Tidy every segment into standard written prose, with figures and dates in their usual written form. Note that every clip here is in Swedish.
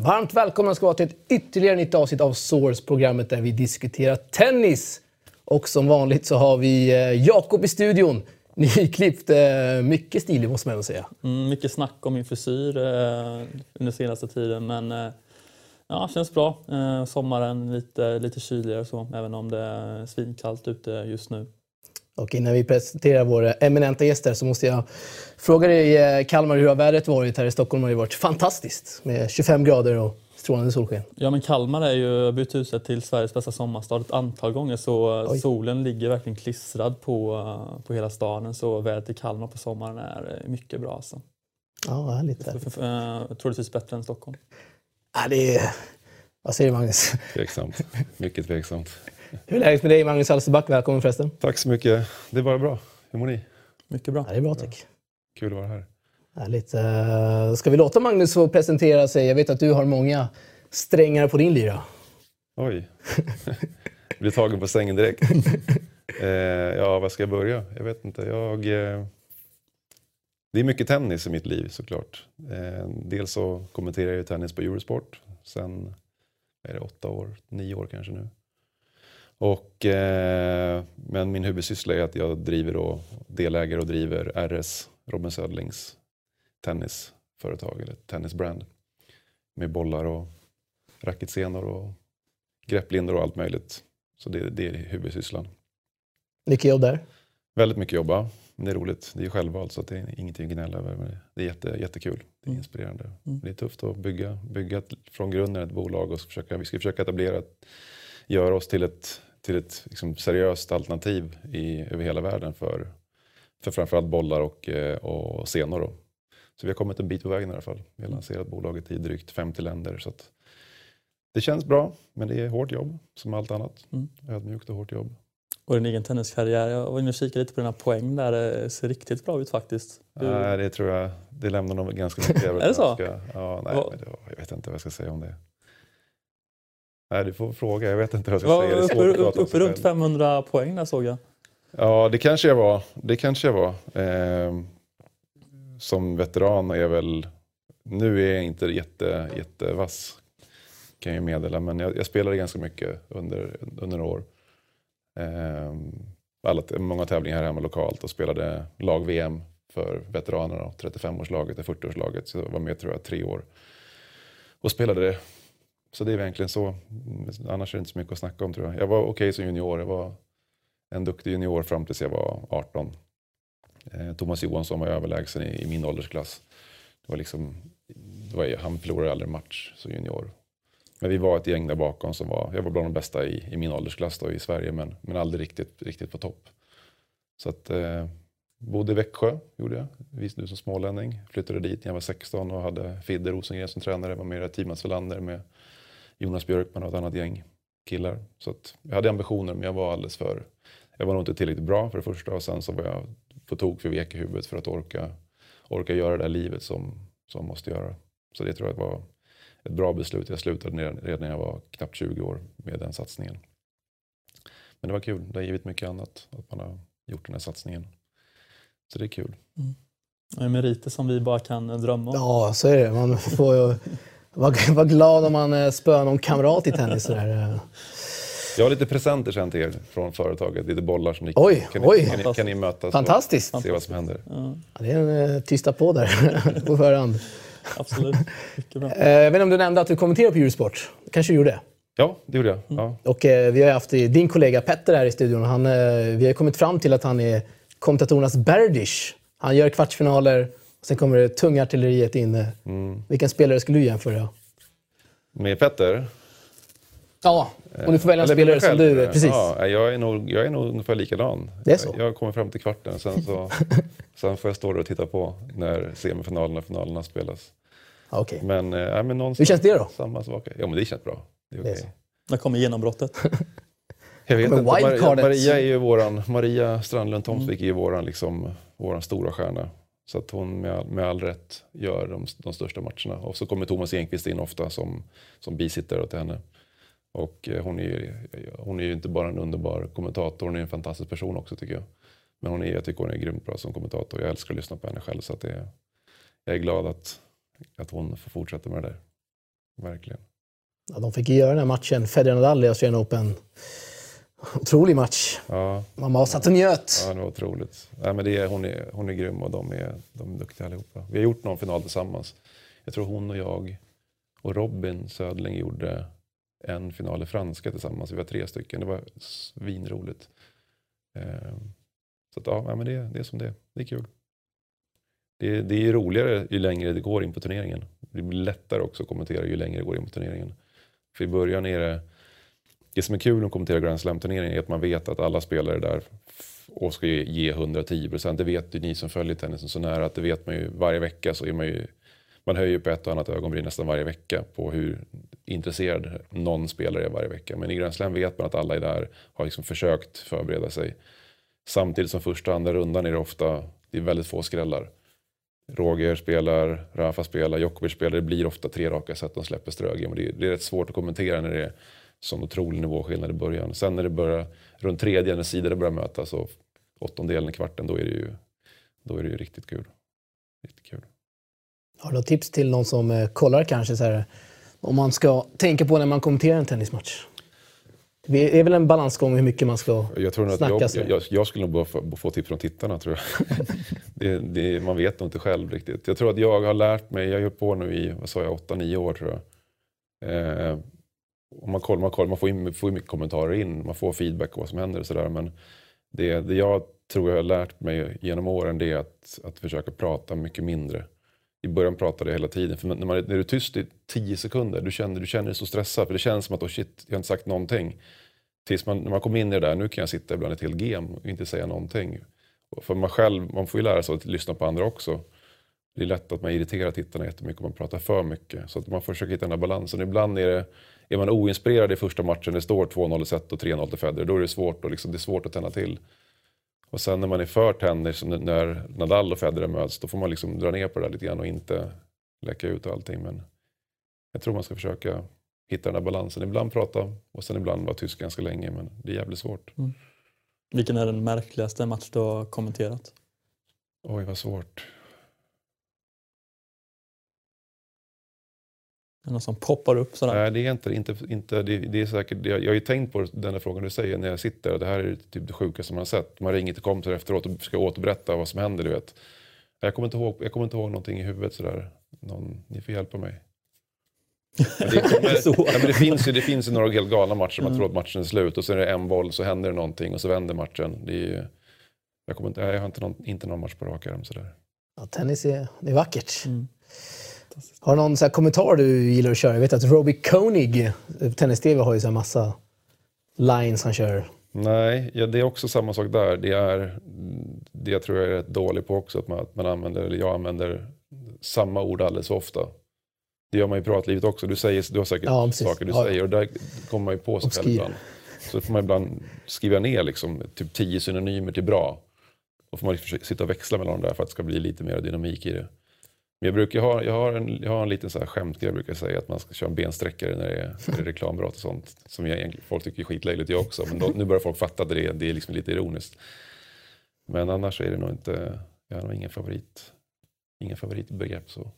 Varmt välkomna ska vara till ett ytterligare nytt avsnitt av Source-programmet där vi diskuterar tennis. Och som vanligt så har vi Jakob i studion. Nyklippt, mycket stilig måste man säga. Mycket snack om min frisyr under senaste tiden, men ja, känns bra. Sommaren lite kyligare så, även om det är svinkallt ute just nu. Och innan vi presenterar våra eminenta gäster så måste jag fråga dig, Kalmar, hur har vädret varit här i Stockholm? Har det varit fantastiskt med 25 grader och strålande solsken? Ja, men Kalmar är ju bytt huset till Sveriges bästa sommarstad ett antal gånger, så solen ligger verkligen klistrad på hela staden, så vädret i Kalmar på sommaren är mycket bra alltså. Ja, härligt. Troligtvis bättre än Stockholm. Ja, det är... Vad säger du, Magnus? Tveksamt. Mycket tveksamt. Hur är läget med dig, Magnus Alsterback? Välkommen förresten. Tack så mycket. Det är bara bra. Hur mår ni? Mycket bra. Ja, det är bra, tack. Kul att vara här. Härligt. Ska vi låta Magnus få presentera sig? Jag vet att du har många strängar på din lyra. Oj. Blir tagen på sängen direkt. Ja, vad ska jag börja? Jag vet inte. Det är mycket tennis i mitt liv såklart. Dels så kommenterar jag tennis på Eurosport. Sen är det 9 år kanske nu. Men min huvudsyssla är att jag delägare och driver RS, Robin Södlings tennisföretag eller tennisbrand. Med bollar och racketscenor och grepplindor och allt möjligt. Så det är huvudsysslan. Mycket jobb där? Väldigt mycket jobba. Men det är roligt. Det är självvalt så att det är ingenting att gnälla över. Men det är jättekul. Det är inspirerande. Det är tufft att bygga från grunden ett bolag och vi ska försöka göra oss till ett liksom seriöst alternativ över hela världen för framförallt bollar och scenor då. Så vi har kommit en bit på vägen i alla fall. Vi har lanserat bolaget i drygt 50 länder. Så att det känns bra, men det är hårt jobb som allt annat. Ödmjukt och hårt jobb. Och din egen tenniskarriär, jag var inne och kikade lite på dina poäng där, det ser riktigt bra ut faktiskt. Nej, det tror jag, det lämnar nog ganska mycket. Är det så? Jag vet inte vad jag ska säga om det. Nej, du får fråga, jag vet inte vad jag ska säga. Det är svårt att prata om uppe runt 500 poäng där såg jag. Ja, det kanske jag var. Som veteran är väl, nu är jag inte jättevass kan jag meddela, men jag spelade ganska mycket under några år. Många tävlingar här hemma lokalt och spelade lag-VM för veteranerna, 35-årslaget och 40-årslaget, så jag var med tror jag 3 år och spelade det. Så det är egentligen så, annars är det inte så mycket att snacka om tror jag. Jag var okej som junior, jag var en duktig junior fram tills jag var 18. Thomas Johansson var överlägsen i min åldersklass. Han förlorade aldrig match som junior. Men vi var ett gäng där bakom jag var bland de bästa i min åldersklass då, i Sverige, men aldrig riktigt på topp. Så att bodde i Växjö gjorde jag, visst nu som smålänning. Flyttade dit när jag var 16 och hade Fidde Rosengren som tränare. Var med i Team Mats Welander med Jonas Björkman och ett annat gäng killar. Så att jag hade ambitioner, men jag var nog inte tillräckligt bra för det första. Och sen så var jag på tok för vek i huvudet för att orka göra det här livet som måste göra. Så det tror jag var ett bra beslut. Jag slutade redan när jag var knappt 20 år med den satsningen. Men det var kul. Det har givit mycket annat att man har gjort den här satsningen. Så det är kul. Det är meriter som vi bara kan drömma om. Ja, så är det. Man får ju vara glad om man spöar någon kamrat i tennis. Där. Jag har lite presenter sen till er från företaget. Lite bollar som ni kan ni mötas. Fantastiskt. Och se vad som händer. Ja, det är en tysta på där på förhand. Absolut, mycket bra. Jag vet inte om du nämnde att du kommenterar på Eurosport. Kanske du gjorde? Ja, det gjorde jag. Ja. Och vi har haft din kollega Petter här i studion. Vi har kommit fram till att han är kommentatorernas Berdych. Han gör kvartsfinaler, sen kommer det tunga artilleriet in. Vilken spelare skulle du jämföra? Med Petter? Ja, och du får välja en spelare som du... Precis. Ja, jag är nog ungefär likadan. Det är så? Jag kommer fram till kvarten, sen får jag stå där och titta på när semifinalerna och finalerna spelas. Okay. Men någonstans... Hur känns det då? Samma sak. Ja, men det känns bra. Det är okej. När kommer genombrottet? Jag vet inte. Maria Strandlund Tomsvik är ju våran stora stjärna. Så att hon med all rätt gör de största matcherna. Och så kommer Thomas Enqvist in ofta som bisittare till henne. Och hon är ju inte bara en underbar kommentator, hon är en fantastisk person också tycker jag. Men jag tycker hon är grymt bra som kommentator. Jag älskar att lyssna på henne själv, så att jag är glad att hon får fortsätta med det där. Verkligen. Ja, de fick ju göra den här matchen, Federer-Nadal i Australian Open. Otrolig match. Ja. Mamma satt och njöt. Ja, det var otroligt. Nej, men hon är grym och de är duktiga allihopa. Vi har gjort någon final tillsammans. Jag tror hon och jag och Robin Södling gjorde en final i franska tillsammans. Vi var 3 stycken. Det var svinroligt. Så att, ja, men det är som det. Det är kul. Det är roligare ju längre det går in på turneringen. Det blir lättare också att kommentera ju längre det går in på turneringen. För i början är det som är kul att kommentera Grand Slam-turneringen är att man vet att alla spelare där och ska ge 110%. Det vet ju ni som följer tennisen så nära att det vet man ju varje vecka, så är man höjer på ett och annat ögonbryn nästan varje vecka på hur intresserad någon spelare är varje vecka. Men i Grand Slam vet man att alla är där, har liksom försökt förbereda sig. Samtidigt som första och andra rundan är det är väldigt få skrällar. Roger spelar, Rafa spelar, Djokovic spelar. Det blir ofta 3 raka set de släpper Strögem. Det är rätt svårt att kommentera när det är sån otrolig nivåskillnad i början. Sen när det börjar, runt tredje när sidor börjar mötas och 8:e kvarten, då är det ju riktigt kul. Riktigt kul. Har du något tips till någon som kollar kanske så här, om man ska tänka på när man kommenterar en tennismatch? Det är väl en balansgång hur mycket man ska snacka sig. Jag skulle nog bara få tips från tittarna, tror jag. Man vet nog inte själv riktigt. Jag tror att jag har lärt mig, jag har gjort på nu i 8-9 år tror jag. Om man får mycket kommentarer in, man får feedback på vad som händer och sådär. Men det jag tror jag har lärt mig genom åren, det är att försöka prata mycket mindre. I början pratade jag hela tiden, för när du är tyst i 10 sekunder, du känner dig så stressad, för det känns som att shit, jag har inte sagt någonting. Tills när man kommer in i det där, nu kan jag sitta ibland ett helt game och inte säga någonting. För man får ju lära sig att lyssna på andra också. Det är lätt att man irriterar tittarna jättemycket om man pratar för mycket. Så att man får försöka hitta den här balansen. Ibland är man oinspirerad i första matchen, det står 2-0 set och 3-0 till Federer, då är det svårt, och liksom, det är svårt att tända till. Och sen när man är för tänder, som när Nadal och Federer möts, då får man liksom dra ner på det där lite grann och inte läcka ut allting. Men jag tror man ska försöka hitta den här balansen. Ibland prata och sen ibland vara tyst ganska länge, men det är jävligt svårt. Mm. Vilken är den märkligaste match du har kommenterat? Oj, vad svårt. Någon som poppar upp sådär? Nej, det är inte det är säkert. Jag har ju tänkt på den här frågan du säger när jag sitter. Det här är typ det sjukaste man har sett. Man ringer till kompisar efteråt och ska återberätta vad som händer, du vet. Jag kommer inte ihåg någonting i huvudet sådär. Ni får hjälpa mig. Det finns ju några helt galna matcher. Man tror att matchen är slut och så är det en boll, så händer det någonting och så vänder matchen. Jag har inte någon match på rak arm sådär. Ja, tennis är vackert. Mm. Har du någon så här kommentar du gillar att köra? Jag vet att Robbie Koenig, tennis-tv, har ju så här massa lines han kör. Nej, det är också samma sak där. Det jag tror jag är rätt dålig på också, att jag använder samma ord alldeles så ofta. Det gör man ju i privatlivet också. Du har säkert saker du säger, och där kommer man ju på sig själv ibland. Så får man ibland skriva ner liksom, typ 10 synonymer till bra. Och får man sitta och växla mellan dem där för att det ska bli lite mer dynamik i det. Men jag har en liten så här skämt, jag brukar säga att man ska köra en bensträckare när det är reklambrott och sånt. Som folk tycker är skitlöjligt, jag också. Men nu börjar folk fatta att det är liksom lite ironiskt. Men annars är det nog inte, jag har nog ingen favoritbegrepp så.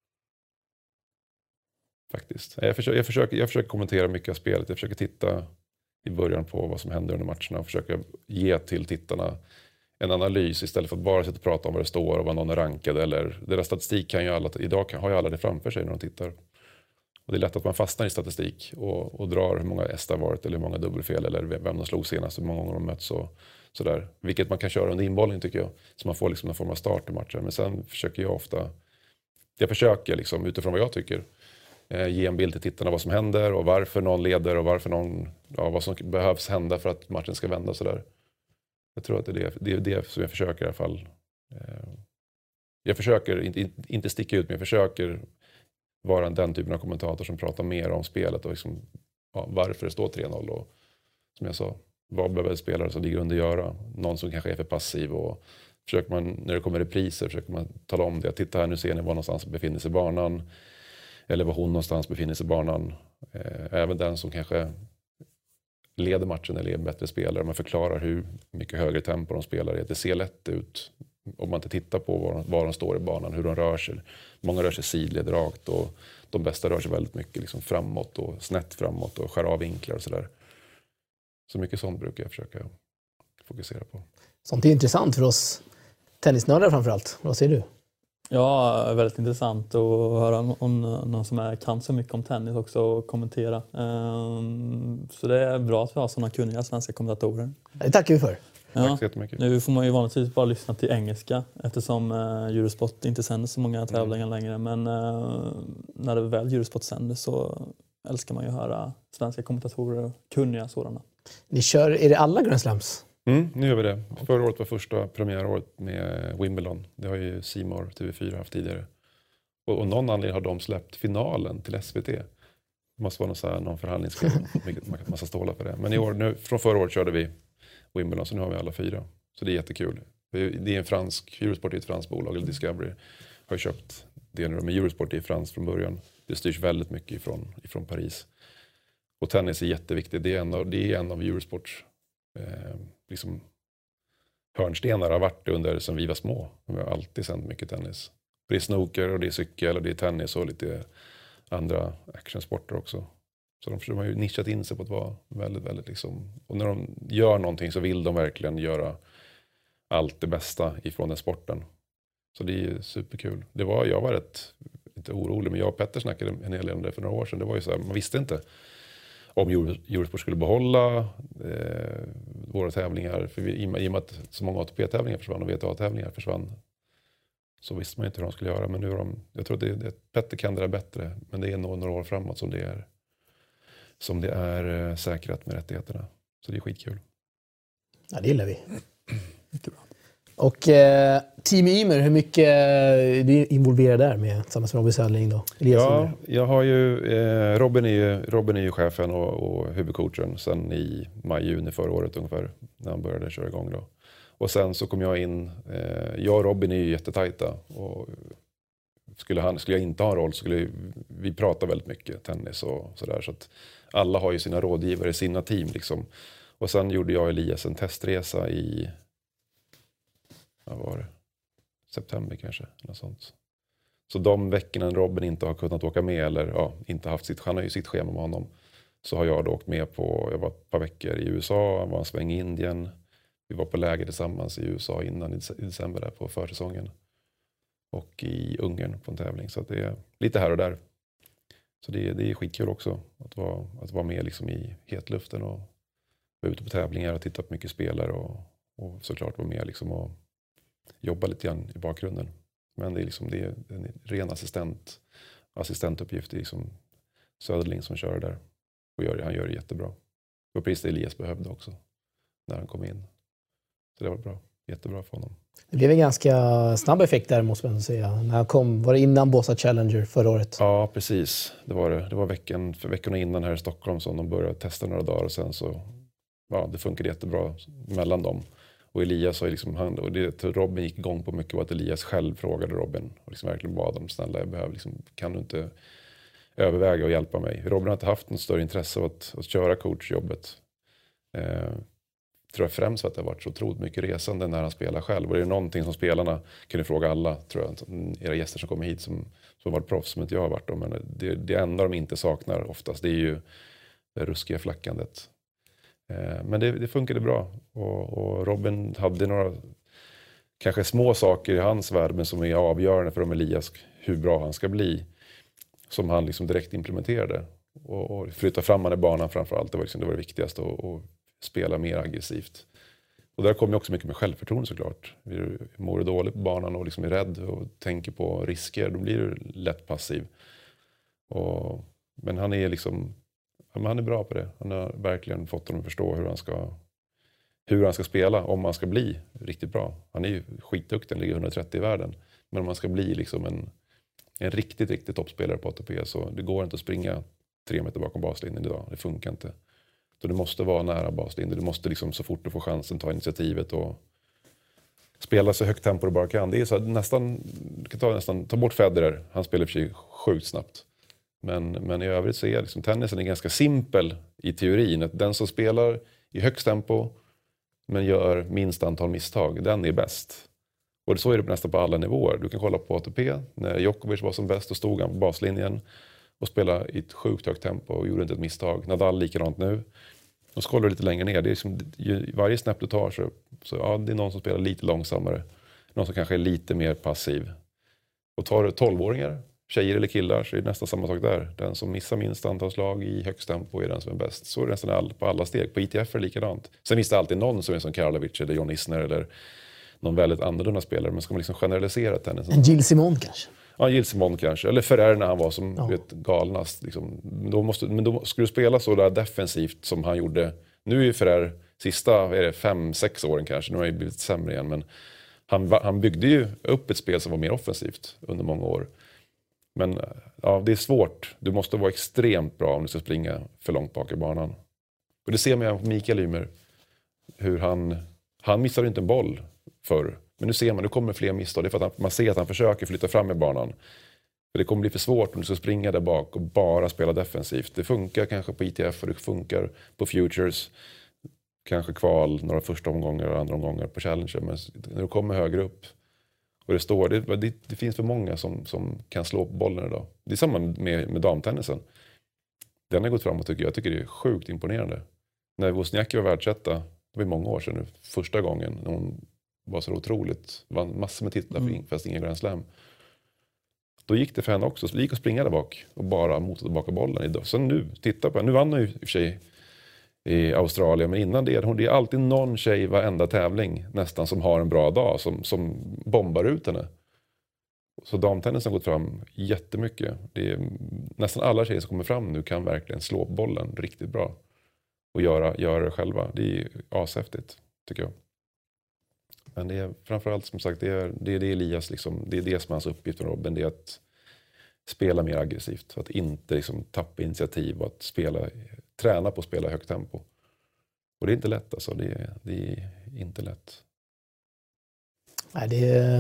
Faktiskt. Jag försöker kommentera mycket av spelet. Jag försöker titta i början på vad som händer under matcherna och försöka ge till tittarna en analys istället för att bara sitta och prata om vad det står och vad någon är rankad. Eller deras statistik har ju alla det framför sig när de tittar. Och det är lätt att man fastnar i statistik och drar hur många S det har varit eller hur många dubbelfel eller vem de slog senast, hur många gånger de möts och sådär. Vilket man kan köra under inbollning, tycker jag. Så man får liksom en form av start i matchen. Men sen försöker jag försöker liksom, utifrån vad jag tycker, ge en bild till tittarna vad som händer och varför någon leder och vad som behövs hända för att matchen ska vända och sådär. Jag tror att det är det som jag försöker i alla fall. Jag försöker inte sticka ut, men jag försöker vara den typen av kommentator som pratar mer om spelet och liksom, varför det står 3-0 och som jag sa, vad behöver spelare som ligger under göra? Någon som kanske är för passiv, och försöker man, när det kommer repriser, försöker man tala om det. Titta här, nu ser ni var någonstans befinner sig banan, eller var hon någonstans befinner sig banan. Även den som kanske leder matchen eller är en bättre spelare, man förklarar hur mycket högre tempo de spelar i. Det ser lätt ut om man inte tittar på var de står i banan, hur de rör sig. Många rör sig sidled rakt och de bästa rör sig väldigt mycket liksom framåt och snett framåt och skär av vinklar och sådär. Så mycket sånt brukar jag försöka fokusera på. Sånt är intressant för oss tennisnördar framförallt. Vad säger du? Ja, väldigt intressant att höra om någon som kan så mycket om tennis också och kommentera. Så det är bra att vi har sådana kunniga svenska kommentatorer. Det tackar vi för. Tack så jättemycket. Nu får man ju vanligtvis bara lyssna till engelska eftersom Eurosport inte sänder så många tävlingar längre. Men när det väl Eurosport sänder så älskar man ju höra svenska kommentatorer, kunniga sådana. Ni kör, är det alla Grand Slams? Nu gör vi det. Förra året var första premiäråret med Wimbledon. Det har ju C More TV4 haft tidigare. Och någon anledning har de släppt finalen till SVT. Det måste vara någon förhandlingsgrej. Man ska ståla för det. Men i år, nu, från förra året körde vi Wimbledon, så nu har vi alla 4. Så det är jättekul. Det är en fransk, Eurosport är ett franskt bolag, eller Discovery har ju köpt det nu. Men Eurosport är franskt från början. Det styrs väldigt mycket ifrån Paris. Och tennis är jätteviktigt. Det är en av Eurosports liksom hörnstenar har varit under sen vi var små. Vi har alltid sänt mycket tennis. Det är snooker och det är cykel och det är tennis och lite andra actionsporter också. Så de har ju nischat in sig på att vara väldigt, väldigt liksom. Och när de gör någonting så vill de verkligen göra allt det bästa ifrån den sporten. Så det är superkul. Jag var inte orolig, men jag och Petter snackade en hel del om det för några år sedan. Det var ju så här, man visste inte om Eurosport skulle behålla våra tävlingar. För i och med att så många ATP-tävlingar försvann och VTA-tävlingar försvann, så visste man inte hur de skulle göra. Men nu jag tror att Petter kan det där bättre. Men det är nog några år framåt som det är säkrat med rättigheterna. Så det är skitkul. Ja, det gillar vi. Mycket bra. Och Team Ymer, hur mycket är du involverad där med tillsammans med Robin Söderling då? Ja, jag har ju Robin är ju chefen och huvudcoachen sen i maj-juni förra året ungefär, när han började köra igång då. Och sen så kom jag in, jag och Robin är ju jättetajta, och skulle jag inte ha en roll så skulle vi prata väldigt mycket tennis och sådär, så att alla har ju sina rådgivare, sina team liksom. Och sen gjorde jag och Elias en testresa i september kanske, något sånt. Så de veckorna Robin inte har kunnat åka med, eller inte haft han har ju sitt schema med honom, så har jag då åkt med jag var ett par veckor i USA, var en sväng i Indien. Vi var på läger tillsammans i USA innan i december där på försäsongen. Och i Ungern på en tävling, så att det är lite här och där. Så det är skitkul också att vara med liksom i hetluften och vara ute på tävlingar och titta på mycket spelare och såklart vara med liksom och jobba lite grann i bakgrunden. Men det är en ren assistentuppgift. Det är liksom Söderling som kör där. Och han gör det jättebra. Och precis det Elias behövde också när han kom in. Så det var bra. Jättebra för honom. Det blev en ganska snabb effekt där, måste man säga. När han kom, var det innan Båstad Challenger förra året? Ja, precis. Det var det. Det var veckorna innan här i Stockholm som de började testa några dagar, och sen så det funkade jättebra mellan dem. Och Elias har liksom, Robin gick igång på mycket, var att Elias själv frågade Robin och liksom verkligen bad dem, snälla, jag behöver liksom, kan du inte överväga och hjälpa mig? Robin har inte haft något större intresse av att köra coachjobbet. Tror jag främst för att det har varit så otroligt mycket resande när han spelar själv. Och det är någonting som spelarna kunde fråga alla, tror jag, era gäster som kommer hit som har varit proffs, som inte jag har varit då. Men det enda de inte saknar oftast, det är ju det ruskiga flackandet. Men det funkade bra. Och Robin hade några kanske små saker i hans värld, men som är avgörande för Elias hur bra han ska bli, som han liksom direkt implementerade. Och flytta fram han i banan framförallt, det var det viktigaste, och spela mer aggressivt. Och där kommer också mycket med självförtroende såklart. Mår du dåligt på banan och liksom är rädd och tänker på risker, då blir du lätt passiv. Men han är liksom, han är bra på det. Han har verkligen fått honom att förstå hur han ska spela om man ska bli riktigt bra. Han är ju skitduktig, han ligger 130 i världen. Men om man ska bli liksom en riktigt toppspelare på ATP, så det går inte att springa 3 meter bakom baslinjen idag. Det funkar inte. Så du måste vara nära baslinjen. Du måste liksom så fort du får chansen ta initiativet och spela så högt tempo du bara kan. Det är så ta bort Federer. Han spelar för sig sjukt snabbt. Men i övrigt så är liksom, tennisen är ganska simpel i teorin. Att den som spelar i högst tempo men gör minst antal misstag, den är bäst. Och så är det nästan på alla nivåer. Du kan kolla på ATP. När Djokovic var som bäst och stod han på baslinjen och spelade i ett sjukt högt tempo och gjorde inte ett misstag. Nadal likadant nu. Och så kollar du lite längre ner. Det är liksom, varje snäpp du tar så ja, det är någon som spelar lite långsammare. Någon som kanske är lite mer passiv. Och tar du 12-åringar, tjejer eller killar, så är det nästan samma sak där. Den som missar minst antal slag i högst tempo är den som är bäst. Så är det nästan på alla steg. På ITF är det likadant. Sen finns det alltid någon som är som Karlovic eller John Isner eller någon väldigt annorlunda spelare. Men ska man liksom generalisera tennisen? En Gilles Simon kanske? Ja, Gilles Simon kanske. Eller Ferrer när han var som vet, galnast. Liksom. Men då skulle du spela så där defensivt som han gjorde. Nu är ju Ferrer sista 5-6 åren kanske. Nu har han ju blivit sämre igen. Men han byggde ju upp ett spel som var mer offensivt under många år. Men ja, det är svårt. Du måste vara extremt bra om du ska springa för långt bak i banan. Och det ser man på Mikael Ymer. Hur han missar inte en boll förr. Men nu ser man, nu kommer fler misstag. Det är för att man ser att han försöker flytta fram i banan. För det kommer bli för svårt om du ska springa där bak och bara spela defensivt. Det funkar kanske på ITF och det funkar på Futures. Kanske kval några första omgångar och andra omgångar på Challenger. Men när du kommer högre upp och det finns för många som kan slå på bollen idag. Det är samma med damtennisen. Den har gått framåt tycker jag. Jag tycker det är sjukt imponerande. När Wozniacki var världsetta, det var många år sedan nu, första gången när hon var så otroligt, vann massor med titlar fast ingen Grand Slam. Då gick det för henne också, så det gick att springa där bak och bara mota tillbaka bollen. Så nu, titta på henne, nu vann hon ju i och för sig i Australien, men innan det är alltid någon tjej varenda tävling nästan som har en bra dag, som bombar ut henne. Så damtennisen har gått fram jättemycket. Det är, nästan alla tjejer som kommer fram nu kan verkligen slå bollen riktigt bra. Och göra det själva. Det är ashäftigt, tycker jag. Men det är framförallt som sagt, det är Elias liksom, det är det som är hans uppgift med Robin, det är att spela mer aggressivt, att inte liksom tappa initiativ och att träna på att spela högt tempo. Och det är inte lätt alltså, det är inte lätt. Nej, det är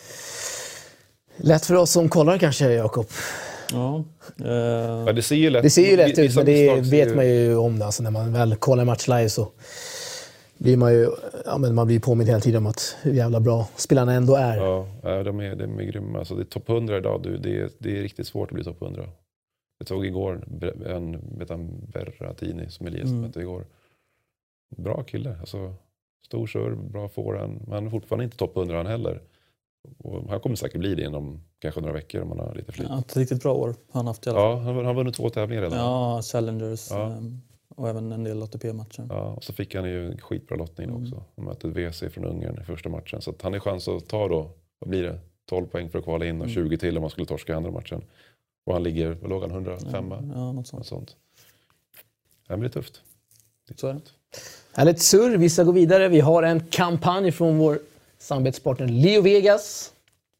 lätt för oss som kollar kanske, Jakob. Ja. Ja, det ser ju lätt ut, men det vet man ju om det. Alltså, när man väl kollar match live så blir man ju, man blir påmind hela tiden om att hur jävla bra spelarna ändå är. Ja, de är grymma. Alltså, det är topp 100 idag. Det är riktigt svårt att bli topp 100. Jag såg igår en Berratini som Elias mötte igår. Bra kille. Alltså, stor serve, bra forehand. Men han är fortfarande inte topp 100 han heller. Och han kommer säkert bli det inom kanske några veckor om han har lite flyt. Ja, ett riktigt bra år han haft i alla fall. Ja, han har vunnit 2 tävlingar redan. Ja, Challengers och även en del ATP-matcher. Ja, och så fick han ju en skitbra lottning också. Han mötte WC från Ungern i första matchen. Så att han har chans att ta då, vad blir det? 12 poäng för att kvala in och 20 till om man skulle torska andra matchen. Och han ligger, vad låg han? 105? Ja, något sånt. Ja, men det är tufft. Så är det. Härligt surr, vi ska gå vidare. Vi har en kampanj från vår samarbetspartner Leo Vegas.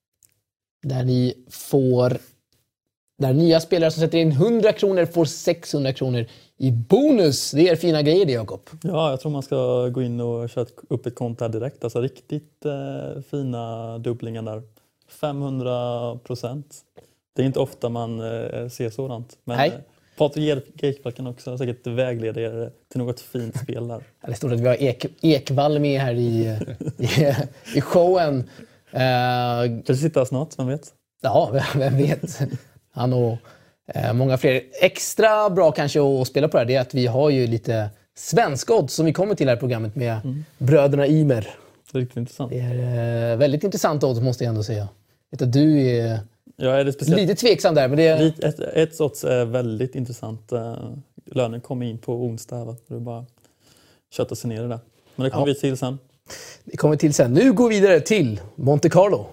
Där nya spelare som sätter in 100 kronor får 600 kronor i bonus. Det är fina grejer det, Jakob. Ja, jag tror man ska gå in och köra upp ett konto här direkt. Alltså riktigt fina dubblingar där. 500%. Det är inte ofta man ser sådant. Men Patrik Ekvall kan också säkert vägleda er till något fint spel där. Det står att vi har Ekvall med här i showen. Kanske sitta snart, vem vet? Ja, vem vet. Han och många fler. Extra bra kanske att spela på det är att vi har ju lite svenska odds som vi kommer till här i programmet med bröderna Ymer. Det är riktigt intressant. Det är väldigt intressant odds måste jag ändå säga. Vet att du är lite tveksam där. Men ett odds är väldigt intressant. Lönen kommer in på onsdag. Va? Det är bara kötta sig ner i det. Men det kommer vi till sen. Det kommer till sen. Nu går vi vidare till Monte Carlo.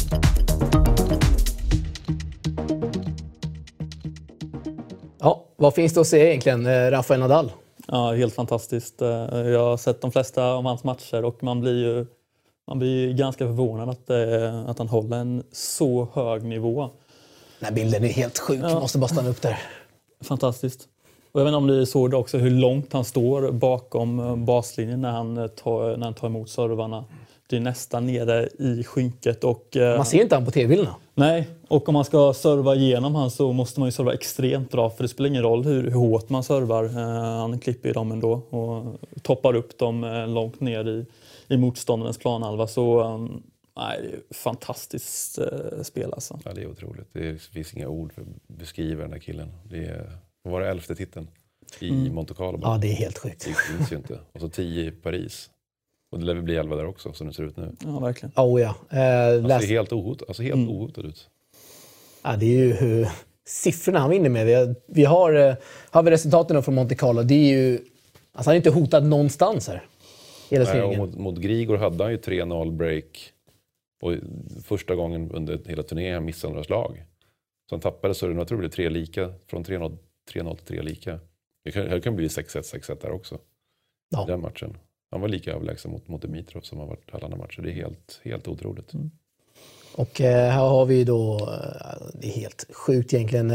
Ja, vad finns det att säga egentligen, Rafael Nadal? Ja, helt fantastiskt. Jag har sett de flesta av hans matcher och man blir ju ganska förvånad att han håller en så hög nivå. Den här bilden är helt sjuk, måste bara stanna upp där. Fantastiskt. Och jag vet inte om ni såg det också hur långt han står bakom baslinjen när han tar emot servarna. Det är nästan nere i skynket. Och, man ser inte han på tv-bilderna. Nej, och om man ska serva igenom han så måste man ju serva extremt bra. För det spelar ingen roll hur hårt man servar. Han klipper ju dem ändå och toppar upp dem långt ner i motståndarens planhalva. Så Nej, det är fantastiskt spel alltså. Ja, det är otroligt. Det finns inga ord för att beskriva den här killen. Vad var det 11:e titeln i Monte Carlo? Ja, det är helt sjukt. Det finns ju inte. Och så 10 i Paris. Och det lär väl bli 11 där också, som det ser ut nu. Ja, verkligen. Oh, ja. Alltså helt ohotad ut. Ja, det är ju siffrorna han vinner med. Vi har vi resultaten från Monte Carlo. Det är ju... Alltså han är inte hotad någonstans här. Hela turneringen. Mot Grigor hade han ju 3-0 break. Och första gången under hela turneringen han missade några slag. Så han tappade så jag tror det blev 3 lika. Från 3-0 till 3 lika. Det kan bli 6-1 där också. Ja. I den matchen. Han var lika överlägsen mot Dimitrov som har varit alla andra matcher. Det är helt otroligt. Och här har vi då, det är helt sjukt egentligen,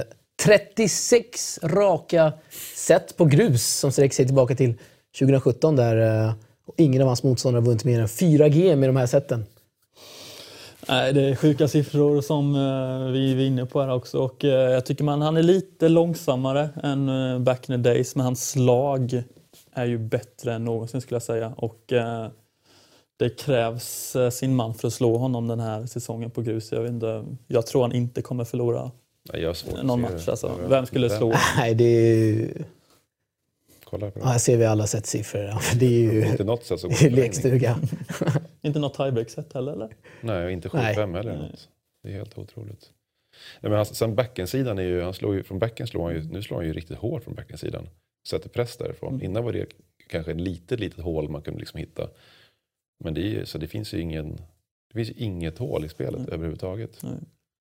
36 raka set på grus som sträcker sig tillbaka till 2017 där ingen av hans motståndare har vunnit mer än 4 game i de här seten. Nej, det är sjuka siffror som vi är inne på här också. Och jag tycker han är lite långsammare än back in the days. Men hans slag är ju bättre än någonsin skulle jag säga. Och det krävs sin man för att slå honom den här säsongen på grus. Jag tror han inte kommer förlora någon match. Alltså. Vem skulle slå? Nej, det är ju... Kolla på det. Ja, här ser vi alla sett siffror. Det är ju inte något sätt så lekstuga. Inte något tiebreak-set heller, eller? Nej, inte 7-5 heller. Något. Det är helt otroligt. Nej, men sen backensidan är ju, han slår ju från backen nu slår han ju riktigt hårt från backensidan. Sätter press därifrån. Innan var det kanske ett litet hål man kunde liksom hitta. Men det finns ju inget hål i spelet överhuvudtaget. Nej.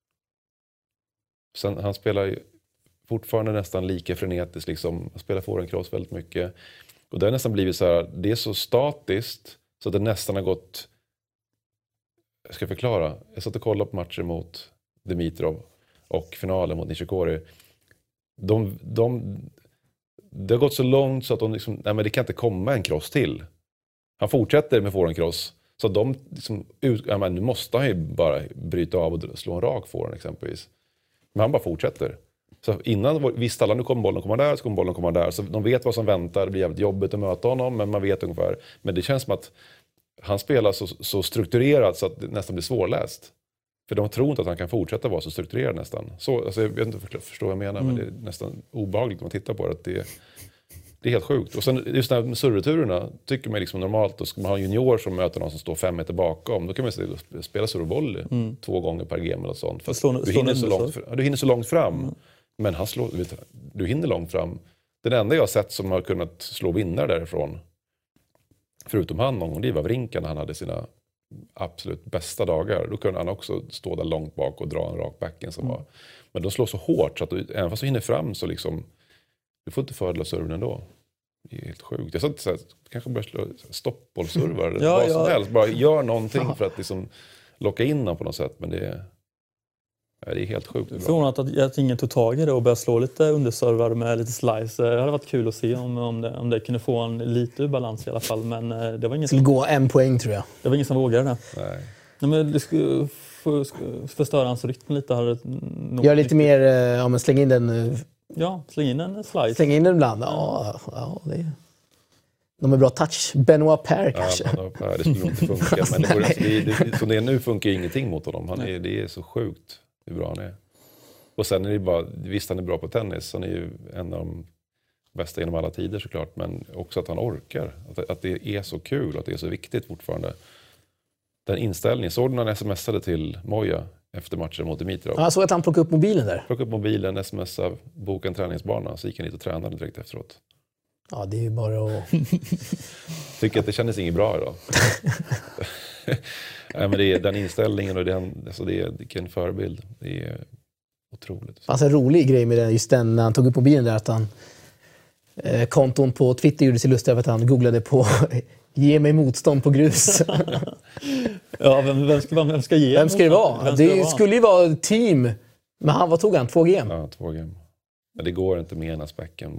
Sen han spelar ju fortfarande nästan lika frenetiskt liksom. Han spelar forehandcross väldigt mycket. Och det har nästan blivit så här, det är så statiskt så att det nästan har gått. Jag ska förklara. Jag satt och kollade på matcher mot Dimitrov och finalen mot Nishikori. Det har gått så långt så att de liksom, nej men det kan inte komma en cross till. Han fortsätter med forehandcross. Så de liksom, nu måste han ju bara bryta av och slå en rak forehand exempelvis. Men han bara fortsätter. Så innan visste alla, nu kommer bollen komma där, så kommer bollen komma där. Så de vet vad som väntar, det blir jävligt jobbigt att möta honom, men man vet ungefär. Men det känns som att han spelar så strukturerat så att det nästan blir svårläst. För de tror inte att han kan fortsätta vara så strukturerad nästan. Så, alltså, jag vet inte förstå vad jag menar, men det är nästan obehagligt om man tittar på det. Att det är helt sjukt. Och sen just de här serverturerna tycker man liksom normalt, då ska man ha en junior som möter någon som står 5 meter bakom. Då kan man spela servervolley 2 gånger per game eller sånt. För du hinner så långt fram. Men du hinner långt fram. Den enda jag har sett som har kunnat slå vinnare därifrån, förutom han någon gång, det var Wrinka när han hade sina absolut bästa dagar. Då kunde han också stå där långt bak och dra en rak backen som var. Men de slår så hårt så att även fast du hinner fram så liksom, du får inte fördela serven ändå. Det är helt sjukt. Jag sa inte så här, kanske börja slå stoppbollserver eller vad som helst. Bara gör någonting för att liksom locka in dem på något sätt. Men det är helt sjukt. Förvånat att ingen tog tag i det och började slå lite underservar med lite slice. Det hade varit kul att se om det kunde få en lite ur balans i alla fall. Men det var ingen skulle gå 1 poäng tror jag. Det var ingen som vågade det. Nej. Men det skulle förstöra hans rytm lite. Gör lite mer, men släng in den. Ja, släng in en slice. Släng in den ibland. Ja, det är... De är bra touch. Benoit Paire kanske. Ja, Benoit Paire, det skulle nog inte funka. Men som det är nu funkar ingenting mot honom. Det är så sjukt hur bra han är. Och sen är det bara, visst han är bra på tennis. Han är ju en av de bästa genom alla tider såklart. Men också att han orkar. Att det är så kul, att det är så viktigt fortfarande. Den inställningen. Såg du när han smsade till Moja efter matchen mot Dimitrov? Jag såg att han plockade upp mobilen där. Plockade upp mobilen, smsade, bokade en träningsbana. Så gick han hit och tränade direkt efteråt. Ja, det är ju bara att... Tycker att det kändes inget bra idag. Nej, men det är den inställningen och vilken förebild. Det är otroligt. Alltså en rolig grej med just den när han tog upp mobilen där att han konton på Twitter gjorde sig lustig över att han googlade på ge mig motstånd på grus. Ja, vem ska ge? Vem ska det vara? Det skulle ju vara team. Men vad tog han? 2 game? Ja, 2 game. Men det går inte med ena späcken.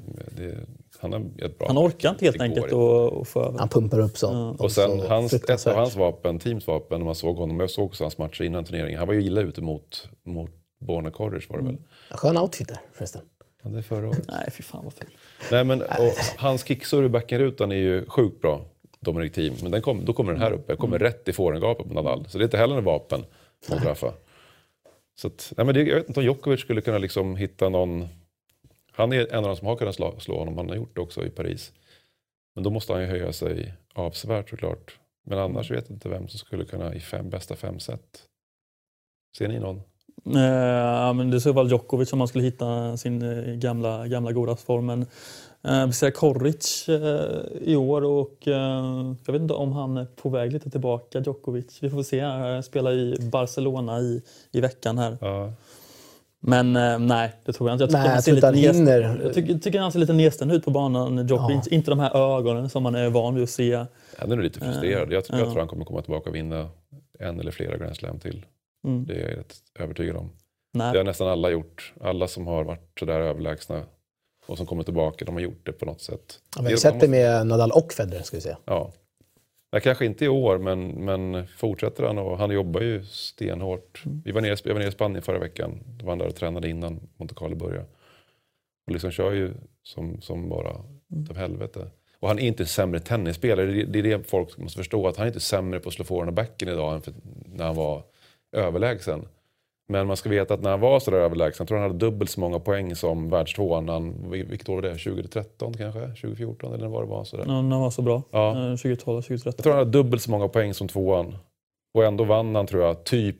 Han orkar inte helt enkelt att få över. Han pumpar upp så. Ja. Och sen ett av hans vapen, teams vapen, när man såg honom. Jag såg också hans matcher innan turneringen. Han var ju illa ute mot Borna College var det väl. Skön outfit där förresten. Ja, det är förra året. Nej, fy fan vad ful. Nej, men hans kickserve i backenrutan är ju sjukt bra. Dominic Thiem. Men då kommer den här uppe. Jag kommer rätt i fårengapet på Nadal. Så det är inte heller en vapen mot Rafa. Så att, nej, men jag vet inte om Djokovic skulle kunna liksom hitta någon... Han är en av de som har kunnat slå honom. Han har gjort det också i Paris. Men då måste han ju höja sig avsevärt såklart. Men annars vet jag inte vem som skulle kunna i bästa 5 set. Ser ni någon? Men det ser väl Djokovic om man skulle hitta sin gamla goda form. Men vi ser Koric i år och jag vet inte om han är på väg lite tillbaka, Djokovic. Vi får se. Spela i Barcelona i veckan här. Ja. Men nej, det tror jag inte. Jag tycker han ser lite nedstämd ut på banan, Djokovic. Inte de här ögonen som man är van vid att se. Han är lite frustrerad. Jag tror han kommer komma tillbaka och vinna en eller flera Grand Slam till. Det är jag rätt övertygad om. Nej. Det har nästan alla gjort. Alla som har varit så där överlägsna och som kommer tillbaka, de har gjort det på något sätt. Ja, vi har sett det med Nadal och Federer, ska vi säga. Ja. Jag kanske inte i år, men fortsätter han och han jobbar ju stenhårt. Jag var nere i Spanien förra veckan. Jag var där och tränade innan Monte Carlo började. Och liksom kör ju som bara av helvete. Och han är inte en sämre tennisspelare. Det är det folk måste förstå. Att han är inte sämre på att slå forehand och backhand idag än när han var överlägsen. Men man ska veta att när han var så där överlägsen, jag tror han hade dubbelt så många poäng som världstvåan. Vilket år var det? 2013 kanske? 2014 eller vad det var? Sådär. Ja, han var så bra. Ja. 2012, 2013. Jag tror han hade dubbelt så många poäng som tvåan. Och ändå vann han, tror jag, typ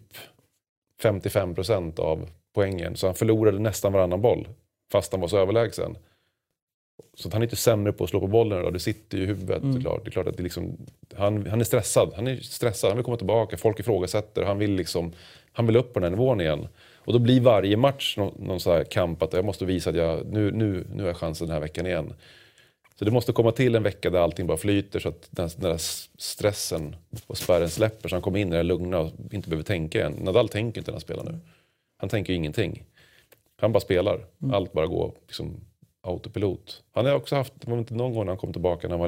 55% av poängen. Så han förlorade nästan varannan boll. Fast han var så överlägsen. Så att han är inte sämre på att slå på bollen idag. Det sitter ju i huvudet. Det är klart att det liksom, han är stressad. Han vill komma tillbaka. Folk ifrågasätter. Han vill upp på den här nivån igen. Och då blir varje match någon så här kamp att jag måste visa att nu har jag chansen den här veckan igen. Så det måste komma till en vecka där allting bara flyter så att den där stressen och spärren släpper så han kommer in i det lugna och inte behöver tänka igen. Nadal tänker inte när han spelar nu. Han tänker ingenting. Han bara spelar. Allt bara går liksom autopilot. Han har också haft, det var inte någon gång när han kom tillbaka när han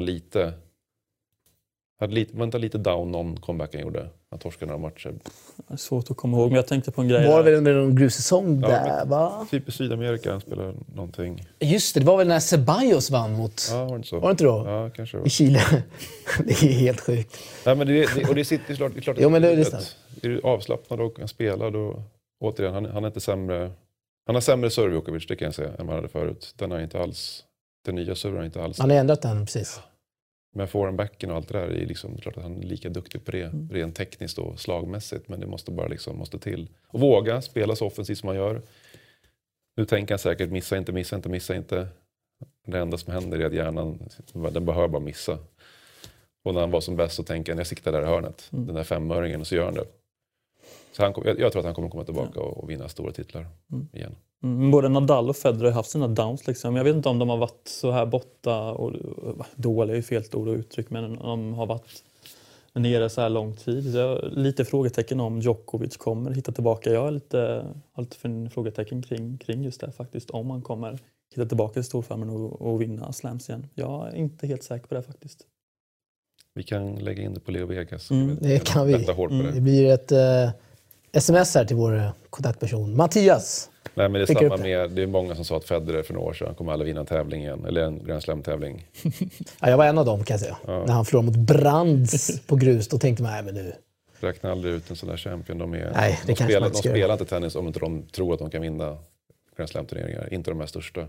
var inte lite down någon comeback han gjorde. Han torskade några matcher. Det är svårt att komma ihåg, men jag tänkte på en grej. Var det väl under någon grussäsong där, va? Typ i Sydamerika han spelade någonting. Just det var väl när Ceballos vann mot... Ja, var det inte så? Var det inte då? Ja, kanske I Chile. Det är helt sjukt. Nej, men det sitter ju klart Jo, men det är är du avslappnad och kan spela då... Återigen, han är inte sämre... Han har sämre serve, Djokovic, det kan jag säga, än vad han hade förut. Den nya serven har inte alls... Han har ändrat den, precis. Men forehandbacken och allt det där är liksom klart att han är lika duktig på det. Rent tekniskt och slagmässigt. Men det måste bara måste till. Och våga spela så offensivt som man gör. Nu tänker han säkert missa inte. Det enda som händer är att hjärnan, den behöver bara missa. Och när han var som bäst så tänker han, jag siktar där i hörnet. Den där 5-öringen, och så gör han det. Så jag tror att han kommer komma tillbaka och vinna stora titlar igen. Både Nadal och Federer har haft sina downs. Liksom. Jag vet inte om de har varit så här borta. Och, dåliga är ju fel ord och uttryck. Men de har varit nere så här lång tid. Så jag har lite frågetecken om Djokovic kommer hitta tillbaka. Jag har lite frågetecken kring just det faktiskt. Om han kommer hitta tillbaka till storfarmen och vinna slams igen. Jag är inte helt säker på det faktiskt. Vi kan lägga in det på Leo Vegas. Det kan vi. Det blir ett sms här till vår kontaktperson. Mattias. Nej, men det är samma med, det är många som sa att Federer för några år sedan kommer aldrig vinna en tävling igen. Eller en Grand Slam-tävling. Ja, jag var en av dem kan jag säga. Ja. När han förlorade mot Brands på grus, då tänkte man, nej men nu. Räknar aldrig ut en sån där champion. De spelar inte tennis om inte de tror att de kan vinna Grand Slam-turneringar. Inte de här största.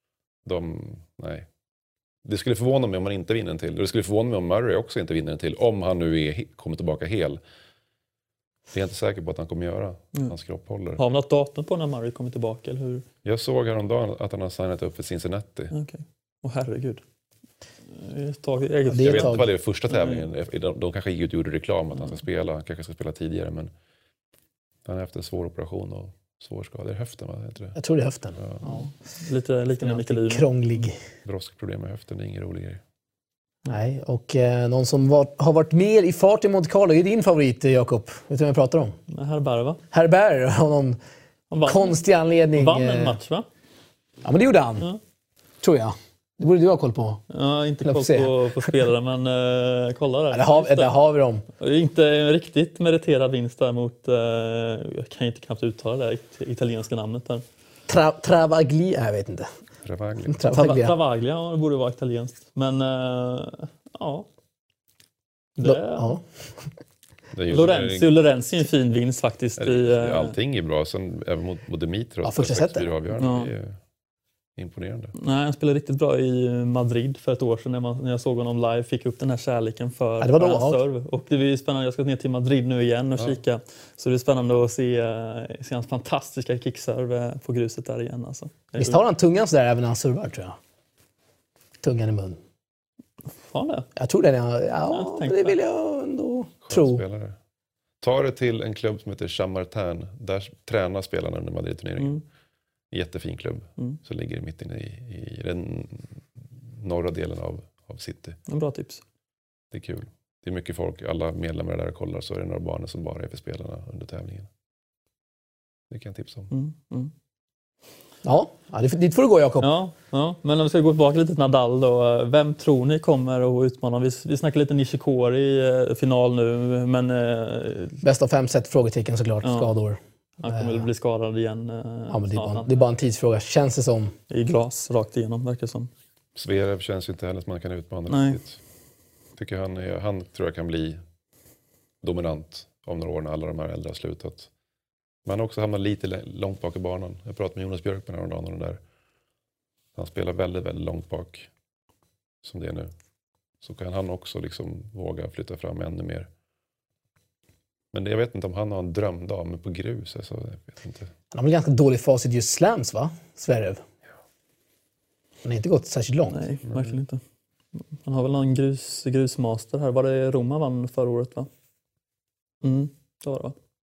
Nej. Det skulle förvåna mig om man inte vinner en till. Det skulle förvåna mig om Murray också inte vinner en till. Om han nu kommer tillbaka hel. Det är jag inte säker på att han kommer göra. Hans kropp håller. Har han något datum på när Murray kommer tillbaka? Eller hur? Jag såg häromdagen att han har signat upp för Cincinnati. Okej. Åh herregud. Jag vet inte vad det är första tävlingen. De kanske gick ut och gjorde reklam att han ska spela. Han kanske ska spela tidigare. Men han har haft en svår operation och svår skada. Det är höften, vad heter det? Jag tror det är höften. Ja. Lite liknande Mikael. Krånglig. Broskproblem med höften, det är ingen rolig grej. Nej, och någon som har varit mer i fart i Monte Carlo är din favorit, Jakob. Vet du vem jag pratar om? Herbert, va? Herbert, av någon konstig anledning. Han vann en match, va? Ja, men det gjorde han. Ja. Tror jag. Det borde du ha koll på. Ja, inte koll på spelare, men kolla där. Ja, där har vi dem. Inte en riktigt meriterad vinst där mot, jag kan inte knappt uttala det italienska namnet där. Travaglia, jag vet inte. Travaglia, det borde vara italienskt. Men ja. Ja. Lorenzi är en fin vinst faktiskt. Allting är bra. Sen även mot Dimitrov. Första setet. Det är imponerande. Nej, han spelade riktigt bra i Madrid för ett år sedan när jag såg honom live. Fick upp den här kärleken för serve. Och det är spännande. Jag ska ner till Madrid nu igen och kika. Så det är spännande att se hans fantastiska kickserve på gruset där igen. Alltså. Visst har han tungan sådär även när han servar, tror jag? Tungan i mun. Fan det? Jag tror det vill jag ändå tro. Spelare. Ta det till en klubb som heter Chamartin. Där tränar spelarna under Madrid-turneringen. Jättefin klubb. Så ligger mitt inne i den norra delen av city. En bra tips. Det är kul. Det är mycket folk. Alla medlemmar där kollar, så är det några barn som bara är för spelarna under tävlingen. Det kan jag tipsa om. Ja, dit får du gå, Jakob. Ja, men om vi ska gå tillbaka lite till Nadal då. Vem tror ni kommer att utmana? Vi snackar lite Nishikori i final nu, men... Bäst av 5 set, frågetecken såklart, skador. Han kommer väl bli skadad igen. Ja, men det är bara en tidsfråga, känns det som. I glas, rakt igenom, verkar det som. Zverev känns ju inte heller som man kan utmana riktigt. Tycker han tror jag kan bli dominant om några år när alla de här äldre har slutat. Man har också hamnat lite långt bak i banan. Jag pratade med Jonas Björkman häromdagen om det där. Han spelar väldigt, väldigt långt bak som det är nu. Så kan han också liksom våga flytta fram ännu mer. Men jag vet inte om han har en drömdag med på grus. Alltså, jag vet inte. Han har väl ganska dålig facit just slams, va? Zverev. Han har inte gått särskilt långt. Nej, verkligen inte. Han har väl någon grusmaster här. Var det Roma vann förra året, va? Det var det, va?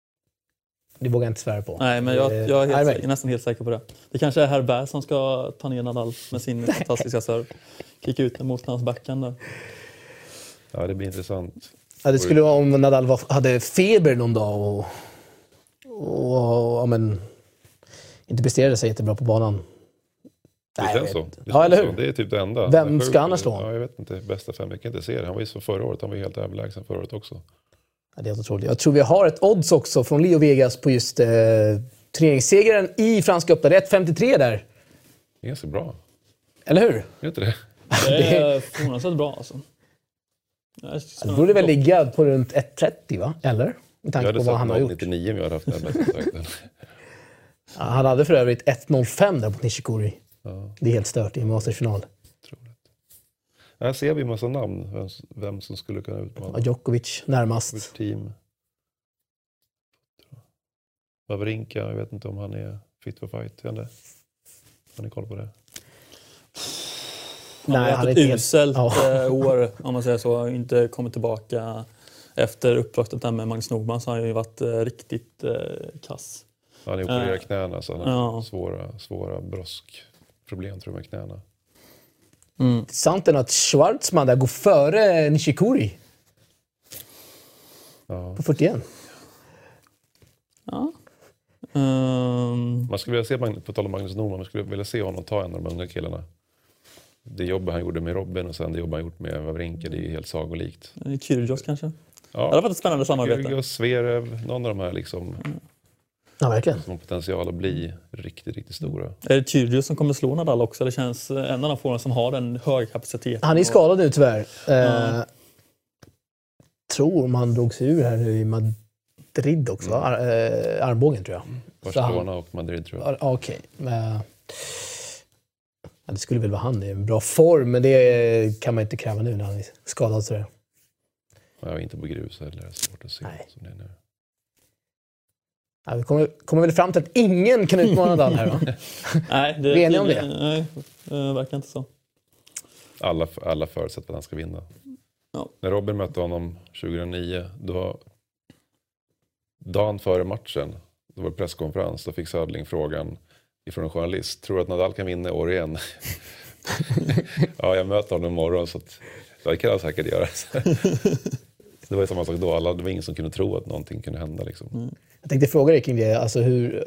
Det vågar jag inte svära på. Nej, men jag är nästan helt säker på det. Det kanske är Herbert som ska ta ner Nadal med sin fantastiska serv. Kicka ut den mot hans backhand där. Ja, det blir intressant. Ja, det skulle vara om Nadal hade feber någon dag och inte presterade sig jättebra på banan. Det känns så. Eller hur? Det är typ det enda. Vem ska annars slå? Ja, jag vet inte. Bästa 5 jag kan inte se det. Han var ju så förra året. Han var helt överlägsen förra året också. Ja, det är helt otroligt. Jag tror vi har ett odds också från Leo Vegas på just turneringssegraren i Franska öppna. Det är 1,53 där. Det är ganska bra. Eller hur? Är inte det? Det är förvånansvärt bra alltså. Det borde väl ligga på runt 1,30, va? Eller? Med tanke på vad han har gjort. 99 om jag hade haft den bästa takten. Ja, han hade för övrigt 1,05 där på Nishikori. Ja. Det är helt stört i en mastersfinal. Här ser vi en massa namn. Vem som skulle kunna utmana. Ja, Djokovic närmast. Team. Wawrinka, jag vet inte om han är fit for fight. Har ni koll på det? Han har haft ett uselt år, om man säger så. Inte kommit tillbaka efter uppbrottet där med Magnus Norman, så har han ju varit riktigt kass. Han är opererat knäna, så han har svåra broskproblem, tror jag, med knäna. Sant är att Schwartzman där går före Nishikori. Ja. På 41. Ja. Man skulle vilja se, på tal om Magnus Norman, man skulle vilja se honom ta en av de unga killarna. Det jobb han gjorde med Robin och sen det jobb han gjort med Wawrinka, det är helt sagolikt. Kyrgios kanske? Ja. Det har varit ett spännande samarbete. Kyrgios, Zverev, någon av de här liksom. Ja, verkligen. Som har potential att bli riktigt, riktigt stora. Är det Kyrgios som kommer slå Nadal också? Det känns en av de formen som har den hög kapacitet. Han är skadad nu tyvärr. Tror man drog sig ur här nu i Madrid också. Armbågen, tror jag. Barcelona och Madrid, tror jag. Okej. Det skulle väl vara han i en bra form, men det kan man inte kräva nu när han är skadad sådär. Ja, inte på grus heller. Det är svårt att se. Som det är nu. Ja, vi kommer väl fram till att ingen kan utmana Nadal här, va? Nej, vi är eniga om det. Nej, det verkar inte så. Alla förutsätter att han ska vinna. Ja. När Robin mötte honom 2009, då dagen före matchen, då var det presskonferens, då fick Söderling frågan ifrån en journalist: tror du att Nadal kan vinna år igen? Ja, jag möter honom imorgon, så att, det kan jag säkert göra. Det var ju samma sak då, det var ingen som kunde tro att någonting kunde hända liksom. Jag tänkte fråga dig kring det, alltså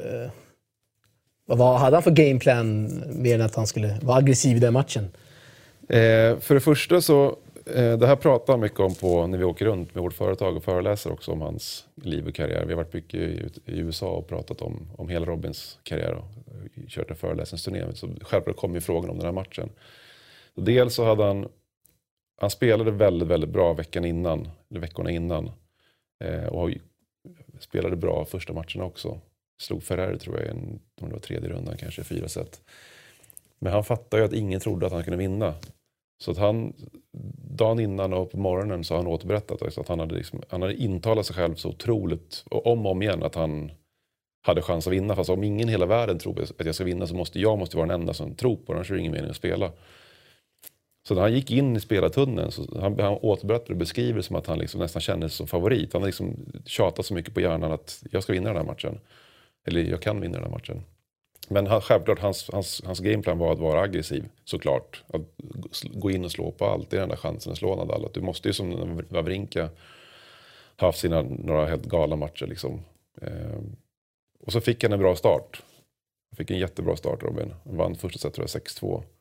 vad hade han för gameplan mer än att han skulle vara aggressiv i den matchen? För det första så, det här pratar mycket om när vi åker runt med vårt företag och föreläser också om hans liv och karriär. Vi har varit mycket i USA och pratat om hela Robins karriär och kört en föreläsningsturné. Så självklart kom ju frågan om den här matchen. Dels så hade han han spelade väldigt, väldigt bra veckorna innan. Och spelade bra första matcherna också. Slog Ferrer tror jag om det var tredje rundan, kanske 4 set. Men han fattade ju att ingen trodde att han kunde vinna. Så att han, dagen innan och på morgonen så har han återberättat också att han hade intalat sig själv så otroligt och om igen att han hade chans att vinna. Fast om ingen i hela världen tror att jag ska vinna så måste jag vara den enda som tror på det. Annars är det ingen mening att spela. Så när han gick in i spelartunneln så han återberättade och beskriver som att han liksom nästan kände sig som favorit. Han liksom tjatat så mycket på hjärnan att jag ska vinna den här matchen. Eller jag kan vinna den här matchen. Men självklart hans gameplan var att vara aggressiv, såklart. Att gå in och slå på allt. Det är den där chansen att slå Nadal. Att du måste ju som Wawrinka haft några helt galna matcher liksom. Och så fick han en bra start. Han fick en jättebra start, Robin. Han vann första set tror jag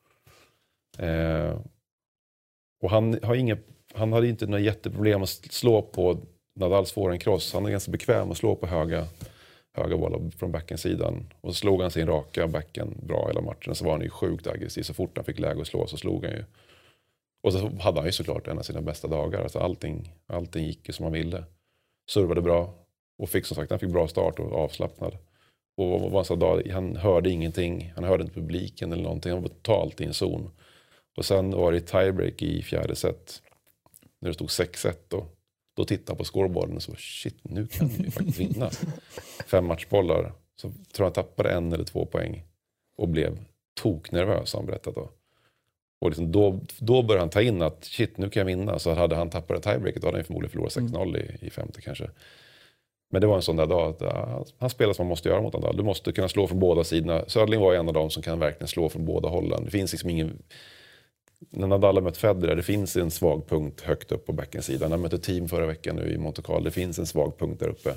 6-2. Och han hade inte några jätteproblem att slå på Nadals forehandcross. Han är ganska bekväm att slå på höga bollar från backensidan. Och så slog han sin raka backen bra hela matchen. Så var han ju sjukt aggressiv. Så fort han fick läge att slå så slog han ju. Och så hade han ju såklart en av sina bästa dagar. Alltså allting gick ju som han ville. Servade bra. Och han fick bra start och avslappnad. Och var en sån dag, han hörde ingenting. Han hörde inte publiken eller någonting. Han var totalt i en zon. Och sen var det tiebreak i fjärde set. När det stod 6-1 då tittade han på scoreboarden och så shit, nu kan vi faktiskt vinna. 5 matchbollar. Så tror han tappade 1 eller 2 poäng. Och blev toknervös, han berättade då. Och liksom då började han ta in att shit, nu kan jag vinna. Så hade han tappat tiebreaket då hade han förmodligen förlorat 6-0 i femte kanske. Men det var en sån där dag att han spelar som man måste göra mot Nadal. Du måste kunna slå från båda sidorna. Söderling var en av dem som kan verkligen slå från båda hållen. Det finns liksom ingen... När Nadal har mött Federer, det finns en svag punkt högt upp på backensidan. Han mötte team förra veckan nu i Monte Carlo. Det finns en svag punkt där uppe.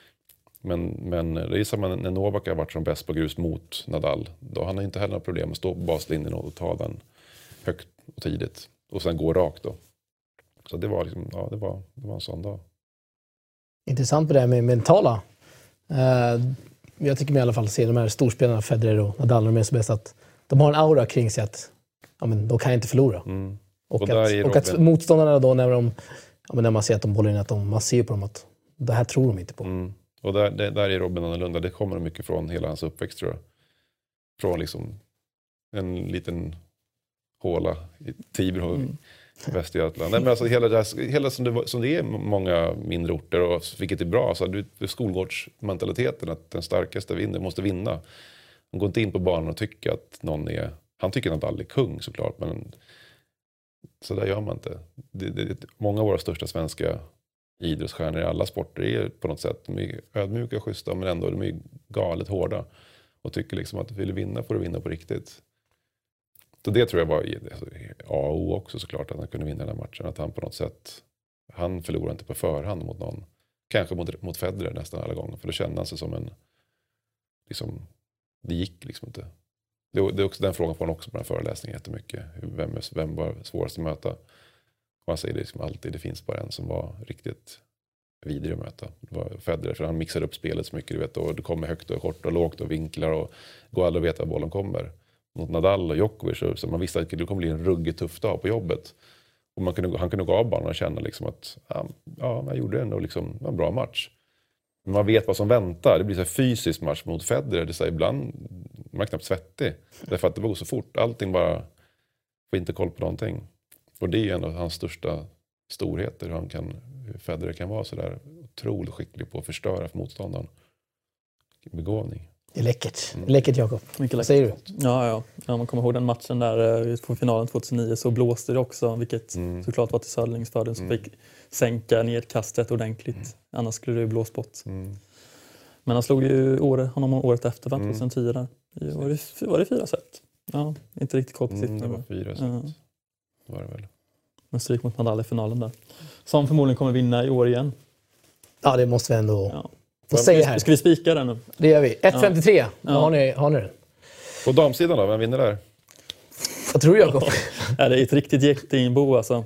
Men det är samma när Novak har varit som bäst på grus mot Nadal. Då han har inte heller några problem att stå på baslinjen och ta den högt och tidigt. Och sen gå rakt då. Så det var liksom, det var en sån dag. Intressant på det här med mentala. Jag tycker mig i alla fall se de här storspelarna, Federer och Nadal, de är så bäst att de har en aura kring sig att då kan jag inte förlora. Mm. Och att motståndarna då när man ser att de håller in, att man ser på dem att det här tror de inte på. Mm. Och där är Robin annorlunda. Det kommer mycket från hela hans uppväxt tror jag. Från liksom en liten håla i Tibro, Västergötland. Nej, men alltså hela som det är många mindre orter, och vilket är bra. Så skolgårdsmentaliteten att den starkaste måste vinna. Man går inte in på banan och tycker att någon är... Han tycker att alla är kung såklart, men så där gör man inte. Många av våra största svenska idrottsstjärnor i alla sporter är på något sätt ödmjuka och schyssta, men ändå de är galet hårda. Och tycker liksom att vill du vinna får du vinna på riktigt. Så det tror jag var A och O också såklart, att han kunde vinna den här matchen. Att han på något sätt, han förlorade inte på förhand mot någon. Kanske mot Federer nästan alla gånger. För då kände han sig som en, liksom, det gick liksom inte. Det är också, den frågan får han också på den här föreläsningen jättemycket. Vem var svårast att möta? Och han säger det liksom alltid, det finns bara en som var riktigt vidrig att möta. Det var Federer, för han mixade upp spelet så mycket, du vet, och det kommer högt och kort och lågt och vinklar och går aldrig att veta var bollen kommer. Mot Nadal och Djokovic så man visste att det kommer bli en ruggig tuff dag på jobbet. Och han kunde gå av banan och känna liksom att jag gjorde ändå liksom en bra match. Men man vet vad som väntar. Det blir så här fysisk match mot Federer. Det är så här, ibland man är knappt svettig. Därför att det går så fort. Allting bara får inte koll på någonting. Och det är en av hans största storheter. Hur Federer kan vara så där otroligt skicklig på att förstöra för motståndaren. Begåvning. Det är läckert. Läckert, Jakob. Vad säger du? Ja, man kommer ihåg den matchen där på finalen 2009 så blåste det också, vilket såklart var till Söderlings fördel, som fick sänka nedkastet ordentligt. Annars skulle det ju blåst bort. Men han slog ju honom året efter, 2010 där. Var det 4 set? Ja, inte riktigt koll på sitt. Det var 4 set. Det var det väl. Men stryk mot Nadal i finalen där. Som förmodligen kommer vinna i år igen. Ja, det måste vi ändå... Ja. Ska vi spika den nu? Det gör vi. 1,53. Ja. Har ni den? På damsidan då? Vem vinner där? Vad tror du, Jakob? Det är ett riktigt jätteinbo alltså.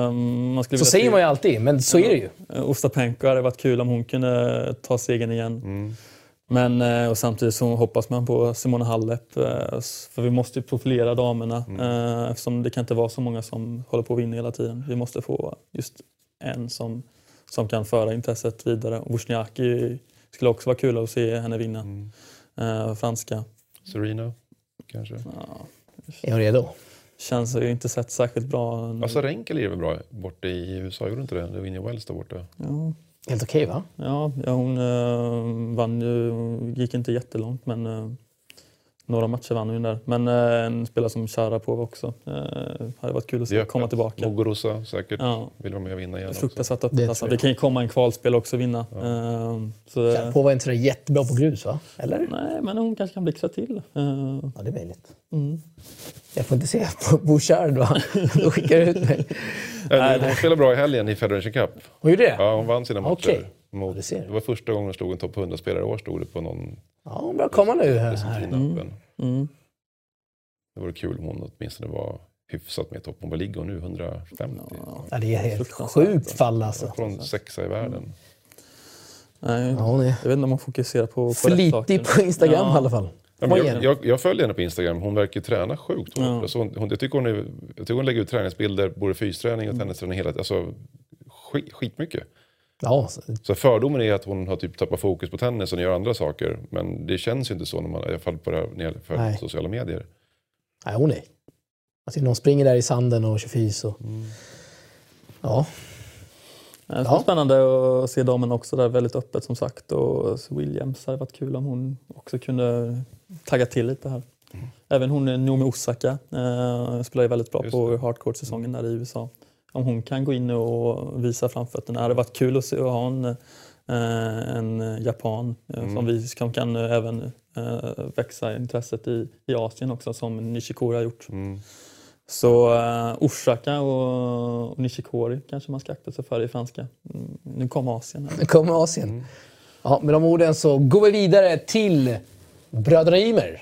Så säger man ju alltid, men så är det ju. Ostapenko hade varit kul om hon kunde ta segern igen. Men och samtidigt så hoppas man på Simona Halep, för vi måste ju profilera damerna eftersom det kan inte vara så många som håller på att vinna hela tiden. Vi måste få just en som kan föra intresset vidare. Och Wozniacki skulle också vara kul att se henne vinna. Franska. Serena kanske? Ja. Är hon redo? Känns ju inte sett särskilt bra. Alltså Renkel är väl bra borta i USA, gjorde inte det? Det var Inge Wells där borta. Ja. Helt okej, va? Ja, hon vann ju, gick inte jättelångt, men några matcher vann hon där. Men en spelare som Sharapova också. Hade varit kul att se komma tillbaka. Muguruza säkert vill vara med och vinna igen också. Fruktansvärt öppet. Det kan ju komma en kvalspel också och vinna. Ja. Sharapova är inte så jättebra på grus, va? Eller? Nej, men hon kanske kan blixtra till. Ja, det är möjligt. Jag får inte se på Bouchard, va? Då skickar jag ut mig. Hon spelade bra i helgen i Federation Cup. Hon gjorde det? Ja, hon vann sina matcher. Okay. Det var första gången hon slog en topp 100-spelare i år, stod det på någon... Ja, hon börjar komma nu här. Det var kul om hon åtminstone var hyfsat med topp. Hon ligger nu 150. Ja, det är helt sjukt fall alltså. Från 6 i världen. Nej, jag vet inte om man fokuserar på flitig på Instagram i alla fall. Ja, jag följer henne på Instagram. Hon verkar träna sjukt hårt. Alltså jag tycker hon lägger ut träningsbilder, både fysträning och tennisträning hela tiden. Alltså skitmycket. Ja. Så fördomen är att hon har typ tappat fokus på tennis och gör andra saker. Men det känns ju inte så när man i alla fall på det här för sociala medier. Nej, hon är. Alltså någon springer där i sanden och kör fys och... Ja. Det är spännande att se damen också där väldigt öppet som sagt. Och Williams hade varit kul om hon också kunde tagga till lite här. Även hon Naomi Osaka spelar ju väldigt bra på hardcourt-säsongen där i USA. Om hon kan gå in och visa framfötterna. Det hade varit kul att se att ha en japan som kan även växa intresset i Asien också, som Nishikori har gjort. Så Osaka och Nishikori kanske man ska akta sig för i franska. Nu kommer Asien. Nu kommer Asien. Ja, med de orden så går vi vidare till bröderna Ymer.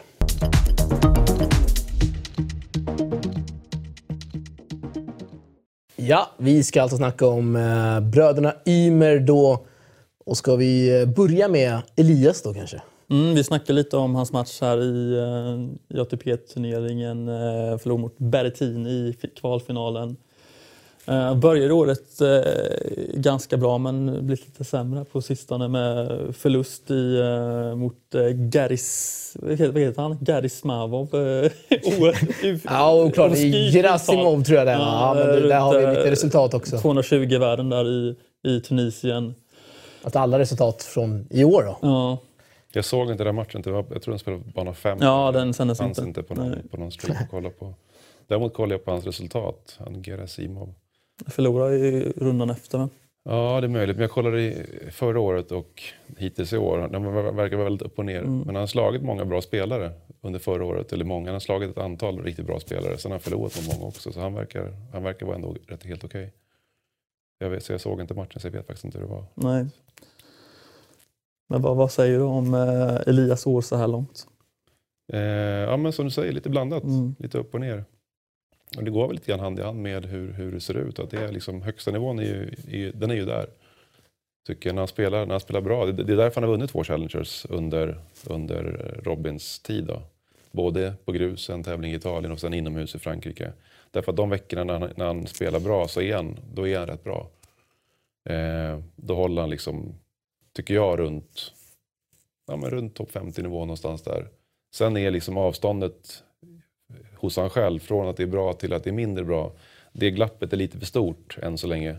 Ja, vi ska alltså snacka om bröderna Ymer då. Och ska vi börja med Elias då kanske? Vi snackade lite om hans match här i ATP-turneringen. Förlorade mot Berrettini i kvalfinalen. Började året ganska bra, men blivit lite sämre på sistone med förlust mot vad heter han? Garismavov. Ja, oklart. Gerasimov tror jag det var. Ja, men där har vi lite resultat också. 220 världen där i Tunisien. Att alla resultat från i år då? Ja. Jag såg inte den matchen. Jag tror den spelade på bana 5. Ja, den sändes inte på någon stream att kolla på. Däremot kollade jag på hans resultat. Han Gerasimov. Jag förlorade i rundan efter. Men. Ja, det är möjligt. Men jag kollade förra året och hittills i år. De verkar väldigt upp och ner. Men han har slagit många bra spelare under förra året. Eller många. Han har slagit ett antal riktigt bra spelare. Sen har han förlorat med många också. Så han verkar vara ändå helt okej. Jag såg inte matchen så jag vet faktiskt inte hur det var. Nej. Men vad säger du om Elias år så här långt? Ja, men som du säger, lite blandat. Lite upp och ner. Och det går väl lite grann hand i hand med hur det ser ut. Att det är liksom, högsta nivån den är ju där. Tycker när han spelar bra. Det är därför han har vunnit 2 Challengers under Robins tid. Då. Både på grus, en tävling i Italien och sen inomhus i Frankrike. Därför att de veckorna när han spelar bra så är han rätt bra. Då håller han liksom, tycker jag, runt topp 50-nivå någonstans där. Sen är liksom avståndet hos han själv från att det är bra till att det är mindre bra. Det glappet är lite för stort än så länge.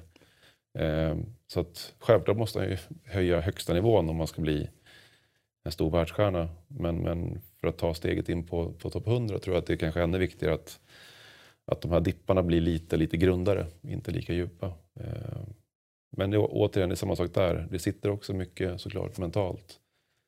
Så att självklart måste han ju höja högsta nivån om man ska bli en stor världsstjärna. Men för att ta steget in på topp 100 tror jag att det är kanske ännu viktigare att de här dipparna blir lite grundare, inte lika djupa. Men återigen, det är samma sak där. Det sitter också mycket såklart mentalt.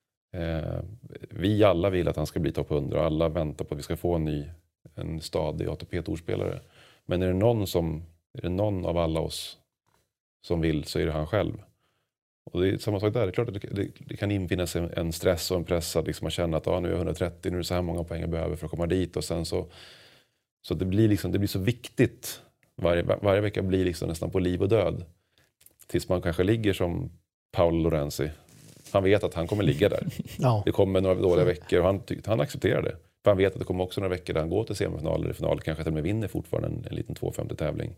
Vi alla vill att han ska bli topp 100. Alla väntar på att vi ska få en stadig ATP-tourspelare. Men är det någon av alla oss som vill, så är det han själv. Och det är samma sak där. Det är klart att det kan infinna sig en stress och en press att liksom man känner att nu är jag 130, nu är det så här många poäng jag behöver för att komma dit. Och sen så det blir så viktigt. Varje vecka blir liksom nästan på liv och död. Tills man kanske ligger som Paolo Lorenzi Han vet att han kommer ligga där. Ja. Det kommer några dåliga veckor och han accepterar det. För han vet att det kommer också några veckor där han går till semifinal eller final. Kanske till och med vinner fortfarande en liten 250-tävling.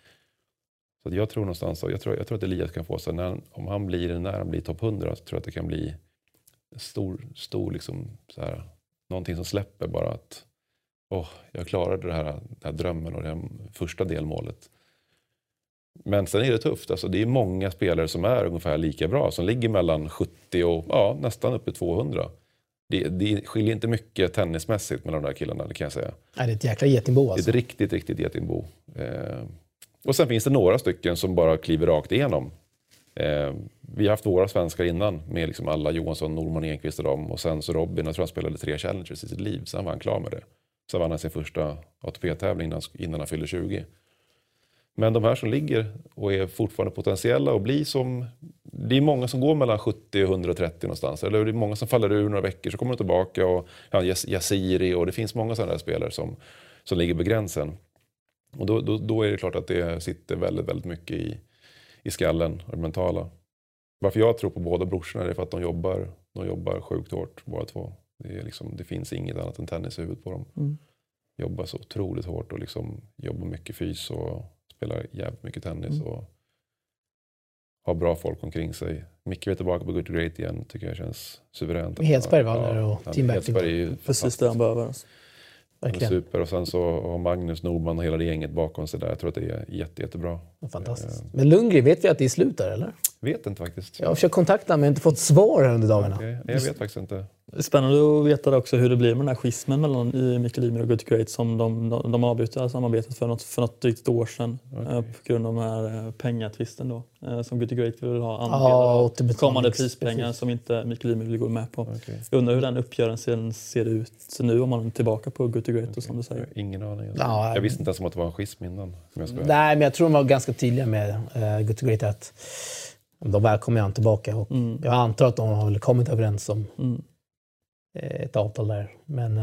Så jag tror någonstans, jag tror att Elias kan få sig, om han blir topp 100, så tror jag att det kan bli en stor liksom, så här, någonting som släpper bara att jag klarade den här drömmen och det här första delmålet. Men sen är det tufft. Alltså, det är många spelare som är ungefär lika bra. Som ligger mellan 70 och nästan uppe i 200. Det skiljer inte mycket tennismässigt mellan de där killarna, det kan jag säga. Nej, det är ett jäkla getingbo alltså. Det är ett riktigt getingbo. Och sen finns det några stycken som bara kliver rakt igenom. Vi har haft våra svenskar innan med liksom alla Johansson, Norman, Enqvist och dem. Och sen så Robin, jag tror han spelade 3 challengers i sitt liv. Sen var han klar med det. Sen vann han sin första ATP-tävling innan han fyllde 20. Men de här som ligger och är fortfarande potentiella och blir som... Det är många som går mellan 70 och 130 någonstans. Eller det är många som faller ur några veckor så kommer de tillbaka. Och Yassiri och det finns många sådana där spelare som ligger på gränsen. Och då är det klart att det sitter väldigt, väldigt mycket i skallen och det mentala. Varför jag tror på båda brorsorna är för att de jobbar sjukt hårt båda två. Det finns inget annat än tennis i huvudet på dem. Jobbar så otroligt hårt och liksom jobbar mycket fys och spelar jävligt mycket tennis och har bra folk omkring sig. Micke är tillbaka på Good to Great igen, tycker jag känns suveränt. Hedberg var där och Team Hedberg är ju precis det han behöver. Alltså. Super. Och sen så har Magnus Norman och hela det gänget bakom sig där. Jag tror att det är jättebra. Fantastiskt. Men Lundgren, vet vi att det är slut där eller? Vet inte faktiskt. Jag har försökt kontakta men inte fått svar här under dagarna. Okay. Jag vet faktiskt inte. Spännande att veta också hur det blir med den här schismen mellan Mikael Ymer och Good to Great som de avbryter samarbetet för något drygt ett år sedan på grund av den här pengatvisten då som Good to Great vill ha andelar kommande prispengar som inte Mikael Ymer vill gå med på. Okay. Jag undrar hur den uppgörelsen ser ut nu om man är tillbaka på Good to Great och som du säger. Ingen aning. Jag visste inte ens om att det var en schism innan. Nej, men jag tror de var ganska tydliga med Good to Great att de välkomnar han tillbaka och jag antar att de har väl kommit överens om ett avtal där. Men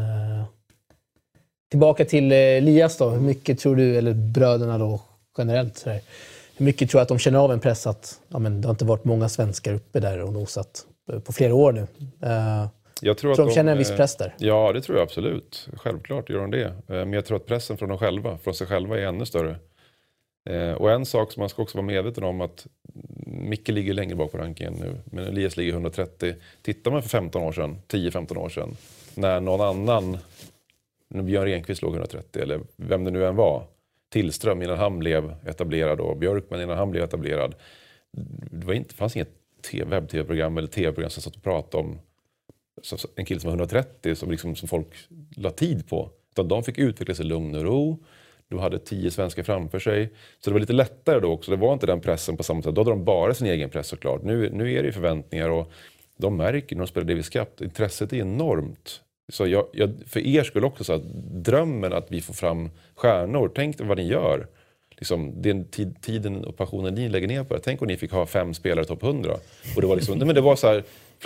tillbaka till Elias då. Hur mycket tror du, eller bröderna då generellt så här, hur mycket tror du att de känner av en press att det har inte varit många svenskar uppe där och nosat på flera år nu? Jag tror att de känner en viss press där. Ja, det tror jag absolut. Självklart gör de det. Men jag tror att pressen från sig själva är ännu större. Och en sak som man ska också vara medveten om att Micke ligger längre bak på rankingen nu, men Elias ligger 130. Tittar man för 10-15 år sedan, när någon annan, när Björn Enqvist låg 130 eller vem det nu än var, Tillström innan han blev etablerad och Björkman innan han blev etablerad, det fanns inget webb-tv-program eller tv-program som satt och pratade om en kille som var 130 som folk la tid på. Utan de fick utveckla sig lugn och ro. De hade 10 svenskar framför sig. Så det var lite lättare då också. Det var inte den pressen på samma sätt. Då hade de bara sin egen press såklart. Nu är det ju förväntningar och de märker när de spelar Davis Cup. Intresset är enormt. Så jag för er skulle också säga drömmen att vi får fram stjärnor. Tänk vad ni gör. Liksom, den tiden och passionen ni lägger ner på det. Tänk om ni fick ha 5 spelare topp 100. Och det var liksom, men det var så här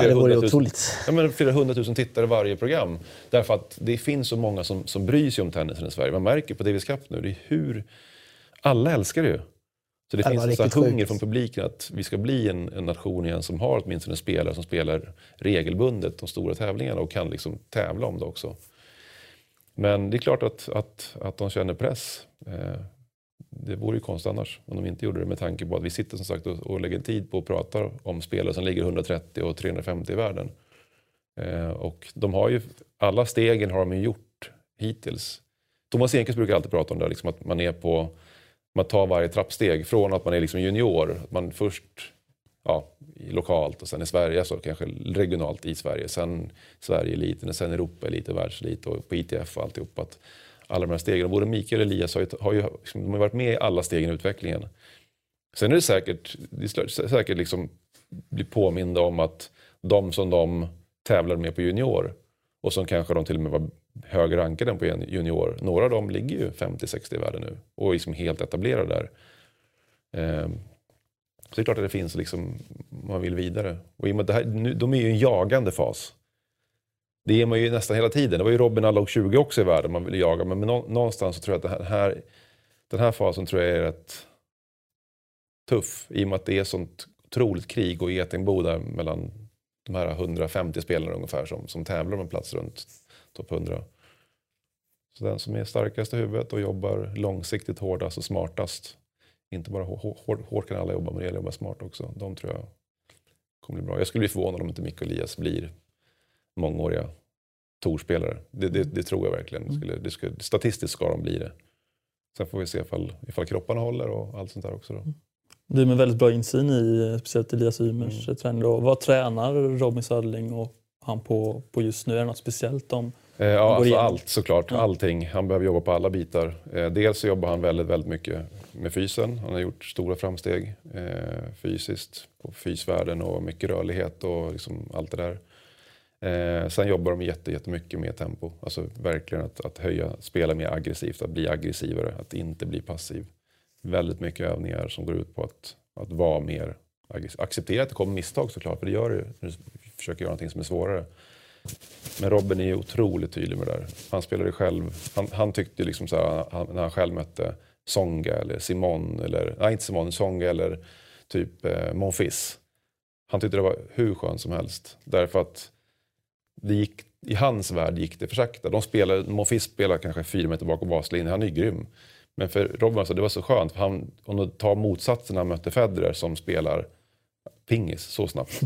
flera 100 000 tittare varje program. Därför att det finns så många som bryr sig om tennisen i Sverige. Man märker på Davis Cup nu, det är hur alla älskar det ju. Så det finns en sån hunger från publiken att vi ska bli en nation igen som har åtminstone en spelare som spelar regelbundet de stora tävlingarna och kan liksom tävla om det också. Men det är klart att de känner press. Det vore ju konstigt annars om de inte gjorde det med tanke på att vi sitter som sagt och lägger tid på att prata om spelare som ligger 130 och 350 i världen. Och de har ju, alla stegen har de ju gjort hittills. Thomas Enqvist brukar alltid prata om det, liksom att man tar varje trappsteg från att man är liksom junior. Att man först lokalt och sen i Sverige, alltså kanske regionalt i Sverige. Sen Sverige-eliten och sen Europa-elit och världselit och på ITF och alltihop. Att alla de här stegen. Både Mikael och Elias har ju varit med i alla stegen i utvecklingen. Sen är det säkert liksom bli påminda om att de som de tävlar med på junior och som kanske de till och med var högre rankade än på junior. Några av dem ligger ju 50-60 i världen nu och är liksom helt etablerade där. Så det är klart att det finns liksom, man vill vidare. Och i och med det här, de är ju en jagande fas. Det är man ju nästan hela tiden. Det var ju Robin alla och 20 också i världen man ville jaga. Men någonstans så tror jag att den här fasen tror jag är rätt tuff. I och med att det är sånt otroligt krig och getingbo där mellan de här 150 spelarna ungefär som tävlar om en plats runt topp 100. Så den som är starkast i huvudet och jobbar långsiktigt hårdast och smartast. Inte bara hårt kan alla jobba, men det gäller att jobba smart också. De tror jag kommer bli bra. Jag skulle bli förvånad om inte Micke och Elias blir mångåriga torspelare. Det tror jag verkligen. Statistiskt ska de bli det. Sen får vi se ifall kropparna håller och allt sånt där också. Då. Du med väldigt bra insyn i speciellt Elias Ymers träning. Vad tränar Robin Söderling och han på just nu? Är det något speciellt alltså allt såklart. Ja. Allting. Han behöver jobba på alla bitar. Dels så jobbar han väldigt, väldigt mycket med fysen. Han har gjort stora framsteg fysiskt på fysvärden och mycket rörlighet och liksom allt det där. Sen jobbar de jättemycket med tempo. Alltså verkligen att spela mer aggressivt, att bli aggressivare, att inte bli passiv. Väldigt mycket övningar som går ut på att vara mer aggressiv. Acceptera att det kommer misstag såklart, för det gör det när du försöker göra någonting som är svårare. Men Robin är ju otroligt tydlig med det där. Han spelade själv, han tyckte liksom så här, när han själv mötte Songa eller Songa eller typ Monfils. Han tyckte det var hur skönt som helst. Därför att i hans värld gick det för sakta. Monfils spelar kanske 4 meter bakom baslinjen, han är ju grym. Men för Robin alltså, det var så skönt. För om du tar motsatsen när han mötte Federer som spelar pingis så snabbt.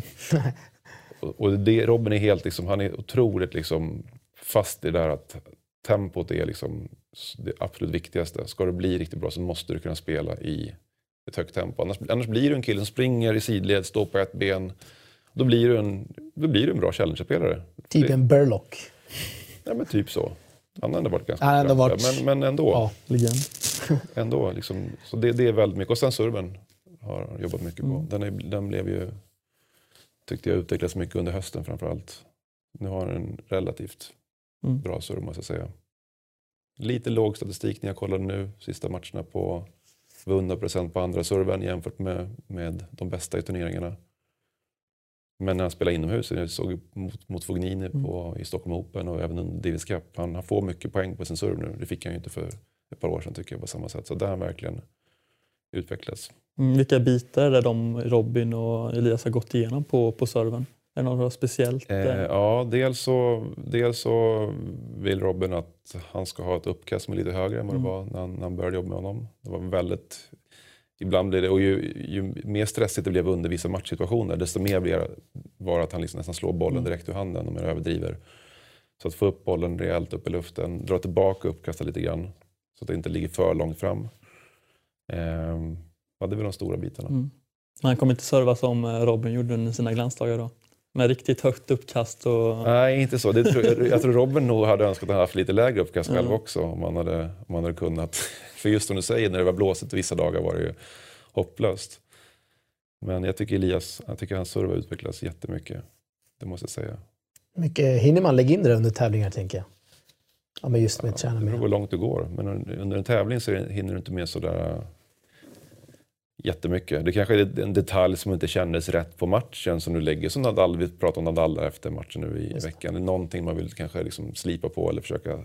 och Robin är helt liksom, han är otroligt liksom fast i det där att tempot är liksom det absolut viktigaste. Ska det bli riktigt bra så måste du kunna spela i ett högt tempo. Annars blir du en kille som springer i sidled, står på ett ben. Då blir du en bra challenge-spelare. Typ en Burlock. Ja, men typ så. Han har ändå varit ganska men ändå. Ja, ändå liksom, så det är väldigt mycket. Och sen serven har jobbat mycket på. Den blev ju, tyckte jag, utvecklats mycket under hösten framförallt. Nu har en relativt bra serve, måste jag säga. Lite låg statistik när jag kollade nu sista matcherna på 100% på andra serven jämfört med de bästa i turneringarna. Men när han spelar inomhus, jag såg mot Fognini i Stockholm Open och även under Davis Cup. Han får mycket poäng på sin serve nu. Det fick han ju inte för ett par år sedan, tycker jag, på samma sätt. Så där har han verkligen utvecklats. Vilka bitar är de Robin och Elias har gått igenom på serven? Är det något speciellt? Ja, dels så vill Robin att han ska ha ett uppkast som är lite högre än vad det var när han började jobba med honom. Det var väldigt... Ibland blir det, och ju mer stressigt det blev under vissa matchsituationer, desto mer var att han liksom nästan slår bollen direkt ur handen om jag överdriver. Så att få upp bollen rejält upp i luften, dra tillbaka uppkasta lite grann så att det inte ligger för långt fram. Ja, det är väl de stora bitarna. Han kommer inte serva som Robin gjorde under sina glansdagar då? Med riktigt högt uppkast och... Nej, inte så. Jag tror Robin nog hade önskat att han haft lite lägre uppkast själv också. Om man hade kunnat. För just som du säger, när det var blåsigt vissa dagar var det ju hopplöst. Men jag tycker hans serve utvecklas jättemycket. Det måste jag säga. Mycket hinner man lägga in det under tävlingar, tänker jag? Ja, men just med det beror på hur långt du går. Men under en tävling så hinner du inte med sådär jättemycket. Det kanske är en detalj som inte kändes rätt på matchen som du lägger. Som Nadal, vi pratar om Nadal efter matchen nu i veckan. Det är någonting man vill kanske liksom slipa på eller försöka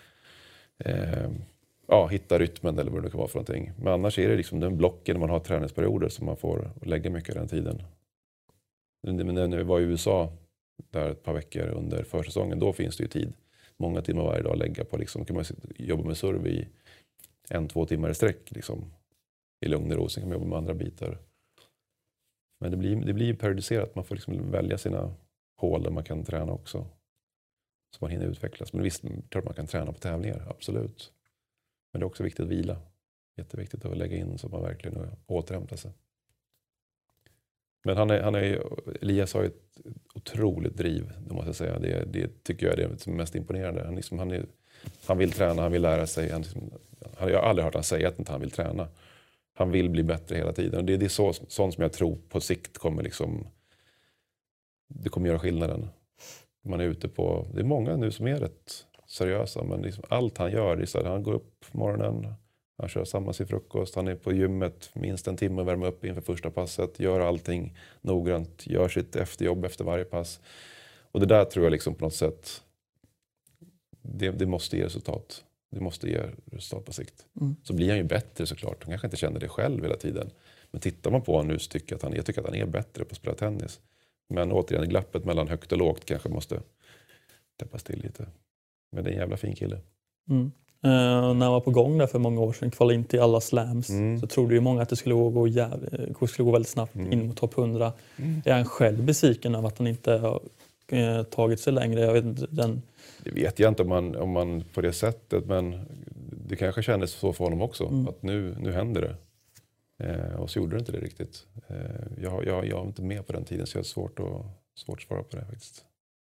hitta rytmen eller vad det kan vara för någonting. Men annars är det liksom den blocken när man har träningsperioder som man får lägga mycket den tiden. Men när vi var i USA där ett par veckor under försäsongen, då finns det ju tid. Många timmar varje dag att lägga på liksom, kan man jobba med serve i 1-2 timmar i sträck liksom. I lugn och ro, sen kan man jobba med andra bitar. Men det blir periodiserat. Man får liksom välja sina hål där man kan träna också. Så man hinner utvecklas. Men visst, klart man kan träna på tävlingar, absolut. Men det är också viktigt att vila. Jätteviktigt att lägga in så man verkligen återhämtar sig. Men Elias har ju ett otroligt driv, det måste jag säga. Det tycker jag är det som är mest imponerande. Han vill träna, han vill lära sig. Jag har aldrig hört han säga att inte han vill träna. Han vill bli bättre hela tiden. Det är sånt som jag tror på sikt kommer liksom... Det kommer göra skillnaden. Man är ute på... Det är många nu som är rätt seriösa. Men liksom allt han gör är så här, han går upp på morgonen. Han kör samma sin frukost. Han är på gymmet minst en timme och värmer upp inför första passet. Gör allting noggrant. Gör sitt efterjobb efter varje pass. Och det där tror jag liksom på något sätt... Det måste ge resultat. Det måste ge resultat på sikt. Så blir han ju bättre såklart. Han kanske inte känner det själv hela tiden. Men tittar man på honom nu så tycker jag att han är bättre på att spela tennis. Men återigen, glappet mellan högt och lågt kanske måste täppas till lite. Men det är en jävla fin kille. När han var på gång där för många år sedan, kvalade in till alla slams, så trodde ju många att det skulle gå väldigt snabbt in mot topp 100. Är han själv besviken över att han inte har tagit sig längre? Jag vet inte, Det vet jag inte om man på det sättet, men det kanske kändes så för honom också. Att nu händer det. Och så gjorde det inte det riktigt. Jag var inte med på den tiden, så jag har svårt att svara på det faktiskt.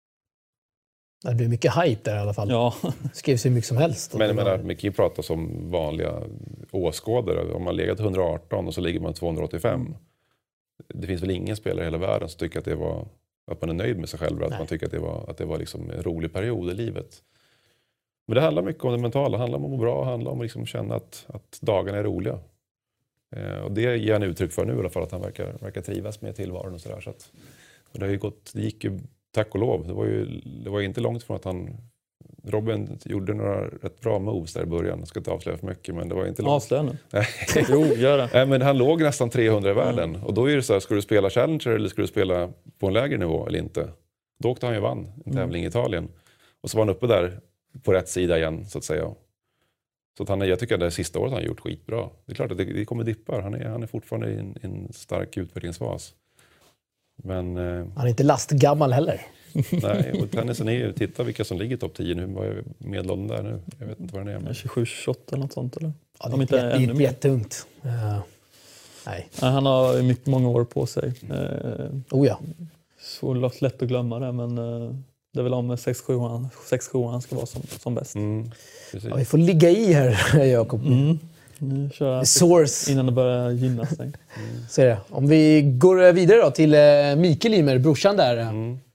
Det blir mycket hype där i alla fall. Ja. Skrivs ju mycket som helst. Men jag menar, Micke pratar som vanliga åskådare. Om man legat 118 och så ligger man 285. Det finns väl ingen spelare i hela världen som tycker att man är nöjd med sig själv. Att man tycker att det var liksom en rolig period i livet. Men det handlar mycket om det mentala. Det handlar om att må bra. Det handlar om att liksom känna att dagarna är roliga. Och det ger han uttryck för nu i alla fall. Att han verkar trivas med tillvaron och sådär. Och det gick ju tack och lov. Det var ju inte långt från att Robin gjorde några rätt bra moves där i början. Jag ska inte avslöja för mycket, men det var inte långt. Avslöja nu. Jo, gör det. Nej, men han låg nästan 300 i världen. Och då är det så här, ska du spela Challenger eller ska du spela på en lägre nivå eller inte? Då åkte han ju vann en tävling i Italien. Och så var han uppe där på rätt sida igen, så att säga. Så att jag tycker att det sista året han har gjort skitbra. Det är klart att det kommer dippar. Han är fortfarande i en stark utvecklingsfas. Men, han är inte lastgammal heller. Nej, och tennisen är ju, titta vilka som ligger i topp 10 nu. Vad är medelåldern där nu? Jag vet inte vad den är. 27-28 eller något sånt, eller? Ja, det är jätteungt. Nej. Han har mycket många år på sig. Ja. Så lätt att glömma det, men det är väl om 6-7 han ska vara som bäst. Ja, vi får ligga i här, Jakob. Nu kör jag Source. innan det börjar gynna sig. Så är det. Om vi går vidare då till Mikael Ymer, brorsan där.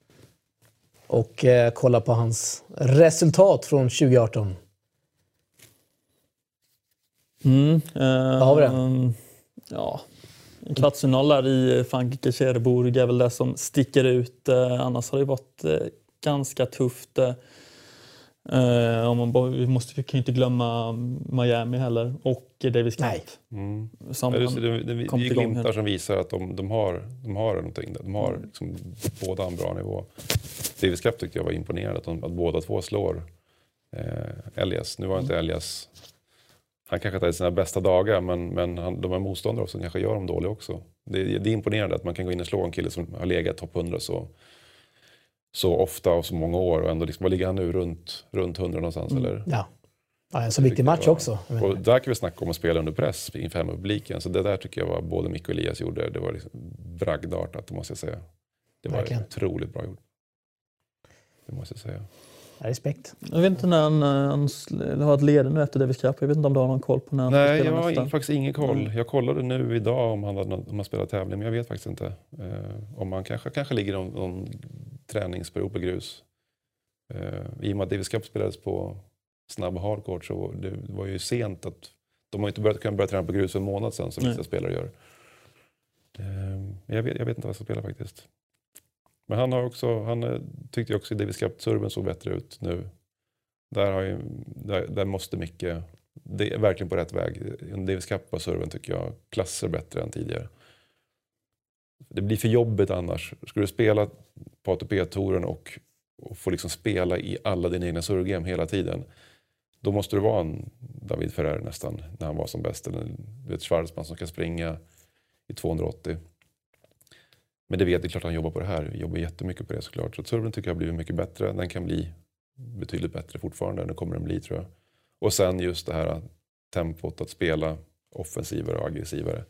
Och kollar på hans resultat från 2018. Vad har vi det? Ja, en kvartsfinal där i Frankrike, Cherbourg är väl det som sticker ut. Annars har det varit ganska tufft. Vi kan ju inte glömma Miami heller och Davis Cup. Det är glimtar som visar att de har någonting. De har liksom båda en bra nivå. Davis Cup tyckte jag var imponerande att båda två slår Elias. Nu var inte Elias, han kanske tar sina bästa dagar, men de är motståndare som kanske gör dem dåliga också. Det är imponerande att man kan gå in och slå en kille som har legat topp 100 så ofta och så många år och ändå liksom, vad ligger han nu runt 100 någonstans eller? Ja, en så viktig match också. Och där kan vi snacka om att spela under press inför publiken. Så det där tycker jag var både Micke och Elias gjorde. Det var liksom bragdartat, måste jag säga. Det var otroligt bra gjort. Det måste jag säga. Respekt. Jag vet inte när han har ett leder nu efter Davis Cup. Jag vet inte om du har någon koll på när han spelar nästa. Nej, jag har faktiskt ingen koll. Jag kollade nu idag om han spelar tävling, men jag vet faktiskt inte. Om han kanske ligger någon träningsperiod på grus. I och med att Davis Cup spelades på snabb hardcourt så det var ju sent att de har inte kunnat börja träna på grus för en månad sedan som vissa spelare gör. Jag vet inte vad jag ska spela faktiskt. Men han tyckte också i Davis Cup serven såg bättre ut nu. Där måste mycket, det är verkligen på rätt väg. Davis Cup och serven tycker jag klasser bättre än tidigare. Det blir för jobbigt annars. Ska du spela på ATP-touren och få liksom spela i alla dina egna servegame hela tiden, då måste du vara en David Ferrer nästan när han var som bäst. Eller ett Schwarzman som ska springa i 280. Men det är klart att han jobbar på det här. Vi jobbar jättemycket på det såklart. Så serven tycker jag har blivit mycket bättre. Den kan bli betydligt bättre fortfarande. Nu kommer den bli, tror jag. Och sen just det här tempot att spela offensivare och aggressivare.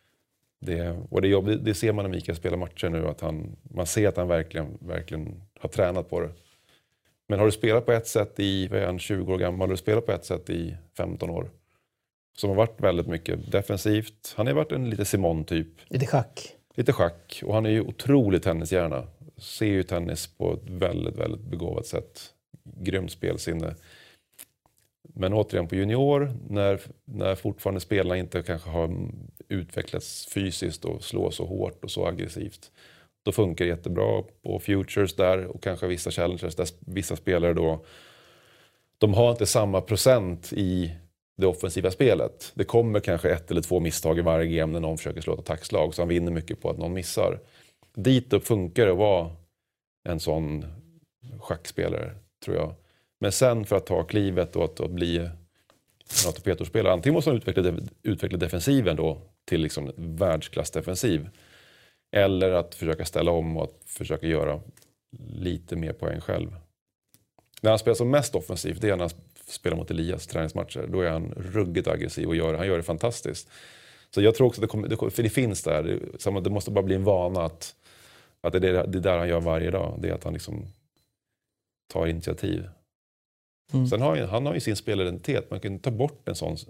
Det ser man när Mikael spelar matcher nu. Att man ser att han verkligen har tränat på det. Men har du spelat på ett sätt i 20 år gammal, har du spelat på ett sätt i 15 år. Som har varit väldigt mycket defensivt. Han har varit en lite Simon-typ. Lite schack. Och han är ju otroligt tennishjärna. Ser ju tennis på ett väldigt, väldigt begåvat sätt. Grymt spelsinne. Men återigen på junior, när fortfarande spelarna inte kanske har utvecklats fysiskt och slår så hårt och så aggressivt. Då funkar det jättebra på futures där och kanske vissa challengers där vissa spelare då, de har inte samma procent i det offensiva spelet. Det kommer kanske 1 eller 2 misstag i varje game när någon försöker slå ett attackslag, så han vinner mycket på att någon missar. dit upp funkar det att vara en sån schackspelare, tror jag. Men sen för att ta klivet och att bli en ATP-tourspelare, antingen måste man utveckla defensiven då till liksom världsklassdefensiv, eller att försöka ställa om och att försöka göra lite mer poäng själv. När han spelar som mest offensivt, det är när han spelar mot Elias träningsmatcher. Då är han ruggigt aggressiv och han gör det fantastiskt. Så jag tror också att för det finns där. Det måste bara bli en vana att det är där han gör varje dag. Det är att han liksom tar initiativ. Sen han har ju sin spelidentitet. Man kan inte ta bort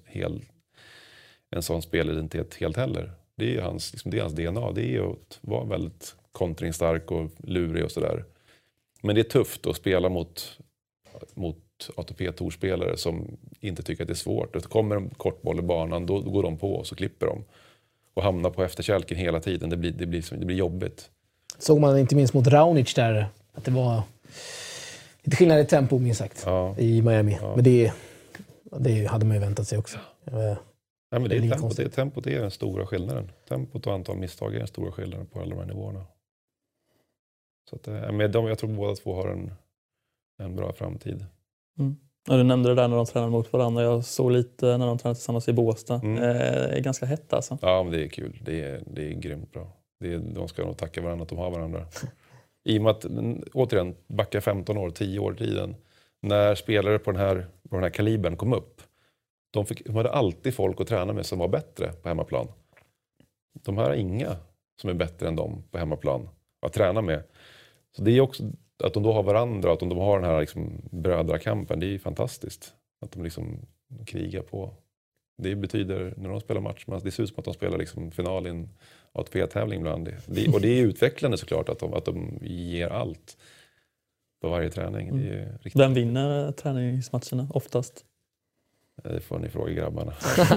en sån spelidentitet helt heller. Det är hans DNA. Det är ju att vara väldigt kontringsstark och lurig och sådär. Men det är tufft att spela mot ATP-tourspelare som inte tycker att det är svårt. Det kommer en kort boll i banan, då går de på och så klipper de. Och hamnar på efterkälken hela tiden. Det blir jobbigt. Såg man inte minst mot Raonic där, att det var lite skillnad i tempo, minst sagt, i Miami. Ja. Men det hade man ju väntat sig också. Nej, men tempot är den stora skillnaden. Tempot och antal misstag är den stora skillnaden på alla de här nivåerna. Så att, jag tror båda två har en bra framtid. Ja, du nämnde det där när de tränar mot varandra. Jag såg lite när de tränar tillsammans i Båstad. Det är ganska hett alltså. Ja, men det är kul. Det är grymt bra. De ska nog tacka varandra att de har varandra. I och med att, återigen, backa 15 år, 10 år i tiden. När spelare på den här kalibern kom upp. De hade alltid folk att träna med som var bättre på hemmaplan. De här har inga som är bättre än dem på hemmaplan att träna med. Så det är också att de då har varandra, att de har den här liksom brödrakampen, det är fantastiskt. Att de liksom krigar på. Det betyder, när de spelar match, det ser ut som att de spelar liksom final i en ATP-tävling ibland. Och det är utvecklande såklart att de ger allt på varje träning. Det är riktigt. Vem vinner träningsmatcherna oftast? Det får ni fråga grabbarna.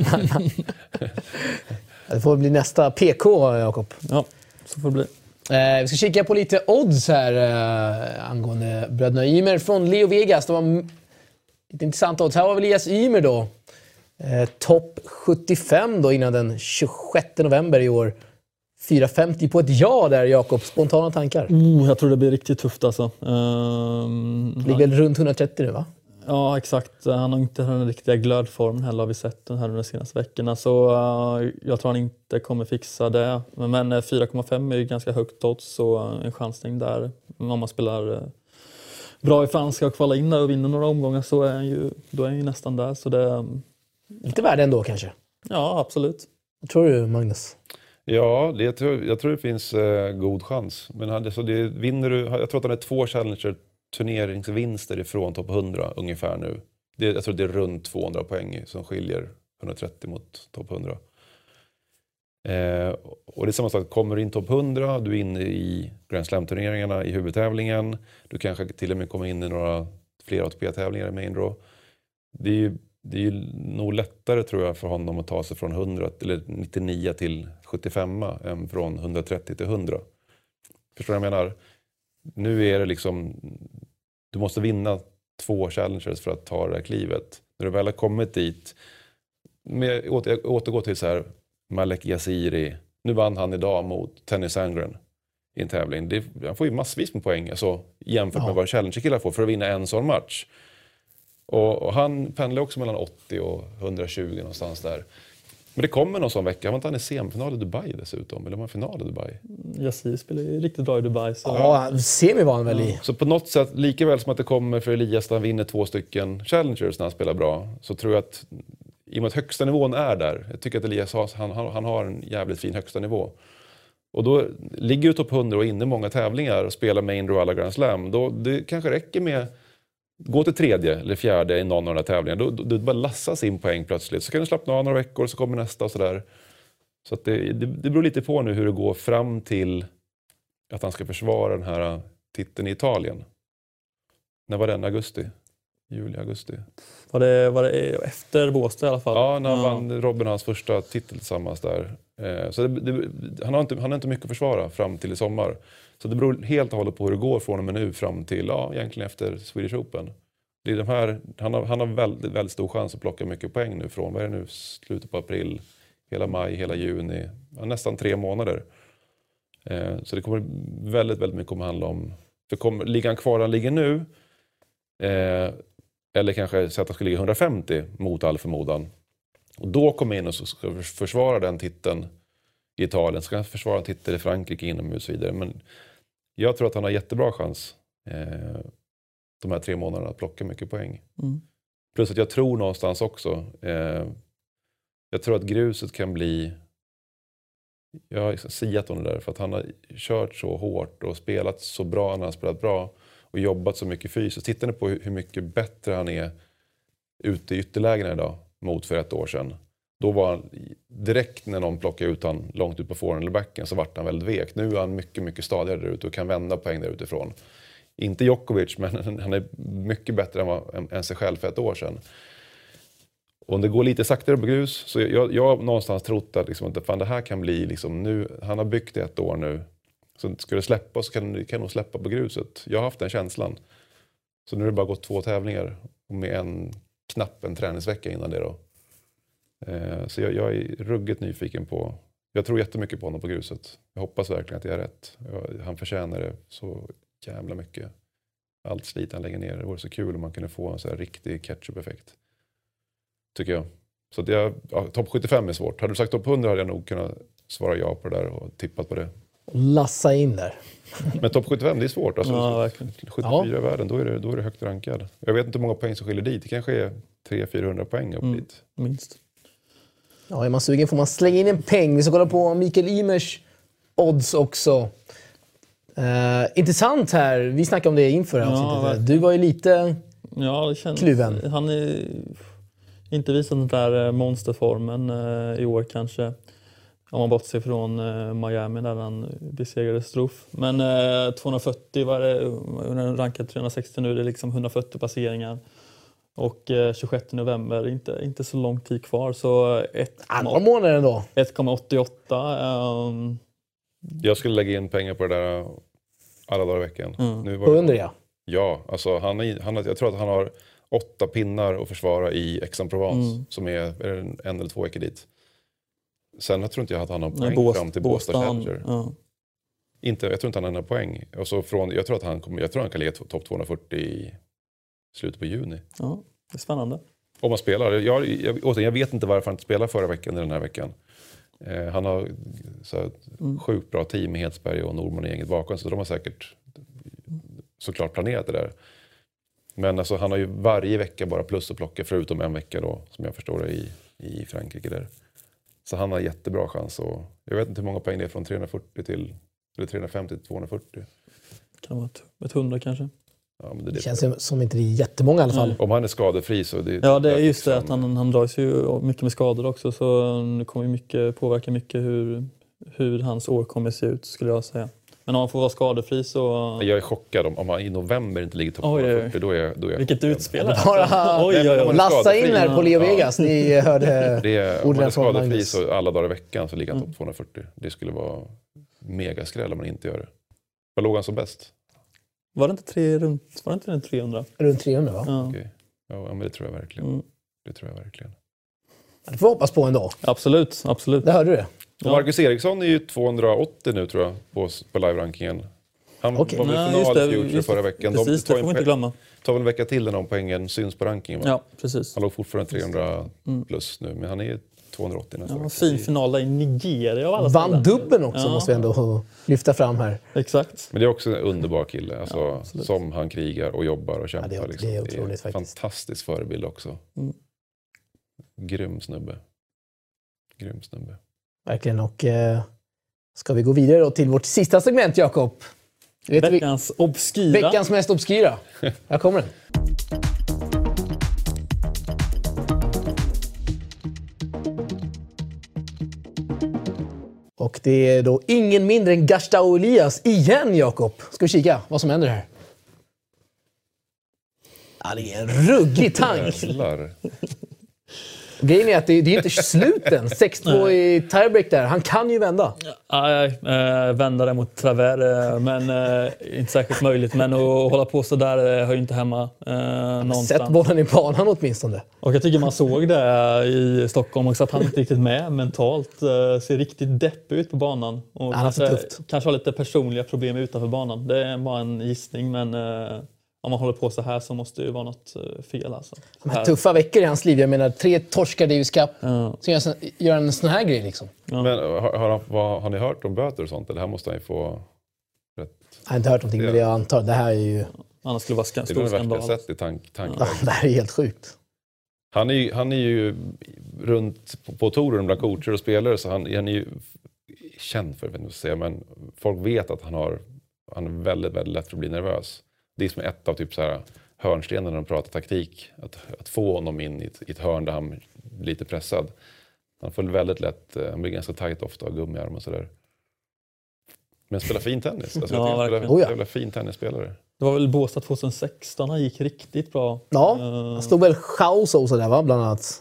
Det får bli nästa PK, Jakob. Ja, så får det bli. Vi ska kika på lite odds här angående bröderna Ymer från Leo Vegas. Det var lite intressant odds. Här var väl Elias Ymer då. Topp 75 då innan den 26 november i år. 4,50 på ett ja där, Jakob. Spontana tankar? Jag tror det blir riktigt tufft alltså. Ligger väl runt 130 nu, va? Ja, exakt. Han har inte den riktiga glödformen heller, har vi sett den här under de senaste veckorna. Så jag tror han inte kommer fixa det. Men 4,5 är ju ganska högt odds, så en chansning där. Om man spelar bra i franska och kvala in där och vinner några omgångar, så är han ju nästan där. Så det, lite värde ändå kanske? Ja, absolut. Vad tror du, Magnus? Ja, jag tror det finns god chans. Men jag tror att han är 2 challenger turneringsvinster ifrån topp 100 ungefär nu. Jag tror det är runt 200 poäng som skiljer 130 mot topp 100. Och det är samma sak, kommer du in topp 100, du är inne i Grand Slam-turneringarna i huvudtävlingen, du kanske till och med kommer in i några fler ATP-tävlingar i main draw. Det är ju nog lättare, tror jag, för honom att ta sig från 100 eller 99 till 75 än från 130 till 100. Förstår du vad jag menar? Nu är det liksom, du måste vinna 2 challengers för att ta det här klivet. När du väl har kommit dit, jag återgår till så här, Malek Yassiri, nu vann han idag mot Tennis Sandgren i en tävling. Han får ju massvis med poäng alltså, jämfört med vad challenger-killar får för att vinna en sån match. Och han pendlar också mellan 80 och 120 någonstans där. Men det kommer någon sån vecka. Var inte han i semifinal i Dubai dessutom? Eller var han final i Dubai? Yassir spelar ju riktigt bra i Dubai. Så. Ja, semi var han väl i. Så på något sätt, lika väl som att det kommer för Elias när han vinner 2 stycken challengers när han spelar bra, så tror jag att i och med att högsta nivån är där. Jag tycker att Elias han har en jävligt fin högsta nivå. Och då ligger du topp 100 och inne i många tävlingar och spelar main draw alla Grand Slam. Då det kanske räcker med gå till 3:e eller 4:e i någon av de här tävlingarna. Då bara lassas in poäng plötsligt. Så kan du slappna av några veckor, så kommer nästa och sådär. Så att det beror lite på nu hur det går fram till att han ska försvara den här titeln i Italien. När var den? Juli, augusti. Var det efter Båstad i alla fall? Ja, när han vann Robin hans första titel tillsammans där. Så han har inte mycket att försvara fram till i sommar. Så det beror helt och hållet på hur det går från och med nu fram till, egentligen efter Swedish Open. Det är han har väldigt, väldigt stor chans att plocka mycket poäng nu från, vad är det nu, slutet på april, hela maj, hela juni, nästan 3 månader. Så det kommer väldigt, väldigt mycket att handla om. För ligger han kvar han ligger nu, eller kanske så att han skulle ligga 150 mot all förmodan. Och då kommer in och så ska försvara den titeln i Italien. Så kan han försvara en titel i Frankrike inomhus och så vidare. Men jag tror att han har jättebra chans de här 3 månaderna att plocka mycket poäng. Plus att jag tror någonstans också, jag tror att gruset kan bli, jag har liksom siat om det där för att han har kört så hårt och spelat så bra, han har spelat bra och jobbat så mycket fysiskt. Tittar ni på hur mycket bättre han är ute i ytterlägena idag mot för 1 år sedan. Då var han, direkt när någon plockade ut han långt ut på forehand eller backen så vart han väldigt vek. Nu är han mycket, mycket stadigare där ute och kan vända poäng där utifrån. Inte Djokovic, men han är mycket bättre än sig själv för 1 år sedan. Och om det går lite saktare på grus så jag har någonstans trott att, liksom, att fan, det här kan bli liksom, nu, han har byggt 1 år nu. Så ska det släppa så kan det nog släppa på gruset. Jag har haft den känslan. Så nu har det bara gått 2 tävlingar och med knappt en träningsvecka innan det då. Så jag är ruggigt nyfiken på, jag tror jättemycket på honom på gruset. Jag hoppas verkligen att jag är rätt. Han förtjänar det så jävla mycket. Allt slit han lägger ner. Det vore så kul om man kunde få en så här riktig ketchup-effekt. Tycker jag. Så att topp 75 är svårt. Hade du sagt topp 100 hade jag nog kunnat svara ja på det där och tippat på det. Lassa in där. Men topp 75 det är svårt. Alltså, Ja, verkligen. 74 i världen, då är det högt rankad. Jag vet inte hur många poäng som skiljer dit. Det kanske är 300-400 poäng upp dit. Minst. Ja, är man sugen får man slänga in en peng. Vi ska kolla på Mikael Ymers odds också. Intressant här. Vi snackade om det inför avsnittet. Du var ju lite det känns, kluven. Han är inte visat den där monsterformen i år kanske. Om man bortser från Miami där han besegrade Struff. Men 240 var det under rankad 360 nu. Det är liksom 140 passeringar. Och 26 november, inte så lång tid kvar. Så några månader ändå. 1,88. Jag skulle lägga in pengar på det där alla dagar i veckan. Nu var 100 ja. Ja, alltså jag tror att han har 8 pinnar att försvara i Aix-en-Provence. Som är en eller 2 veckor dit. Sen jag tror inte jag att han har poäng fram till Båstad Challenger. Ja. Jag tror inte han har några poäng. Och så jag tror att han kan ligga topp 240 i slutet på juni. Ja, det är spännande. Om man spelar. Jag vet inte varför han inte spelar förra veckan eller den här veckan. Han har så här, sjukt bra team med Hedsberg och Norman i gänget bakom. Så de har säkert såklart planerat det där. Men alltså, han har ju varje vecka bara plus att plocka förutom en vecka då, som jag förstår det i Frankrike där. Så han har jättebra chans. Och jag vet inte hur många poäng det är från 340 till eller 350 till 240. Kan det vara ett 100 kanske? Ja, men det känns som inte det är jättemånga i alla fall. Om han är skadefri så... Det är just det att han dras ju mycket med skador också. Så det kommer påverka mycket hur hans år kommer se ut skulle jag säga. Men om han får vara skadefri så... Jag är chockad om han i november inte ligger topp 240. Då är jag vilket utspel. Lassa in här på Leo Vegas. Ni hörde om han är skadefri så alla dagar i veckan så ligger han topp 240. Det skulle vara megaskräll om man inte gör det. Vad låg han som bäst? Var det inte runt 300? Runt 300 va? Ja. Okej. Ja, men det tror jag verkligen. Det tror jag verkligen. Det får hoppas på ändå. Absolut. Det hörde du det. Ja. Marcus Eriksson är ju 280 nu tror jag på live-rankingen. Han var väl final i Future förra veckan. Precis, det får vi inte glömma. Tar väl en vecka till när poängen syns på rankingen. Va? Ja, precis. Han låg fortfarande 300 plus nu, men han är 280 nästa vecka. Fin final där i Nigeria av alla vann dubben också måste vi ändå lyfta fram här. Exakt. Men det är också en underbar kille. Alltså, som han krigar och jobbar och kämpar. Ja, det är otroligt faktiskt. Fantastisk förebild också. Grym snubbe. Verkligen. Och ska vi gå vidare då till vårt sista segment, Jakob? Veckans obskyra. Veckans mest obskyra. Här kommer den. Och det är då ingen mindre än Gastão Elias igen, Jakob. Ska vi kika vad som händer här? Ja, det är en ruggig tank. Grejen är att det är inte sluten. 6-2 i tiebreak där. Han kan ju vända. Nej, vända det mot Travers, men inte särskilt möjligt. Men att hålla på så där hör ju inte hemma någonstans. Sätt bollen i banan åtminstone. Och jag tycker man såg det i Stockholm också, att han inte riktigt med mentalt. Ser riktigt deppig ut på banan. Och kanske har lite personliga problem utanför banan. Det är bara en gissning, men om man håller på så här så måste det ju vara något fel. Alltså. De här tuffa veckor i hans liv. Jag menar, 3 torskar Davis Cup. Så gör en sån här grej liksom. Ja. Men har ni hört om böter och sånt? Eller här måste han ju få rätt... Jag har inte hört någonting, men jag antar det här är ju... Annars skulle det vara stor skandal. Det är det värsta jag sett i tanken. Ja, det här är helt sjukt. Han är ju runt på touren bland coacher och spelare, så han är ju känd för, men folk vet att han är väldigt, väldigt lätt för att bli nervös. Det är som ett av typ så här hörnstenar när de pratar taktik. Att få honom in i ett hörn där han blir lite pressad. Han får väldigt lätt, han blir ganska tajt ofta och gummiarm och sådär. Men spelar fin tennis. Alltså, jävla fin tennisspelare. Det var väl Båstad 2016, han gick riktigt bra. Ja, han stod väl chaos och sådär, va, bland annat.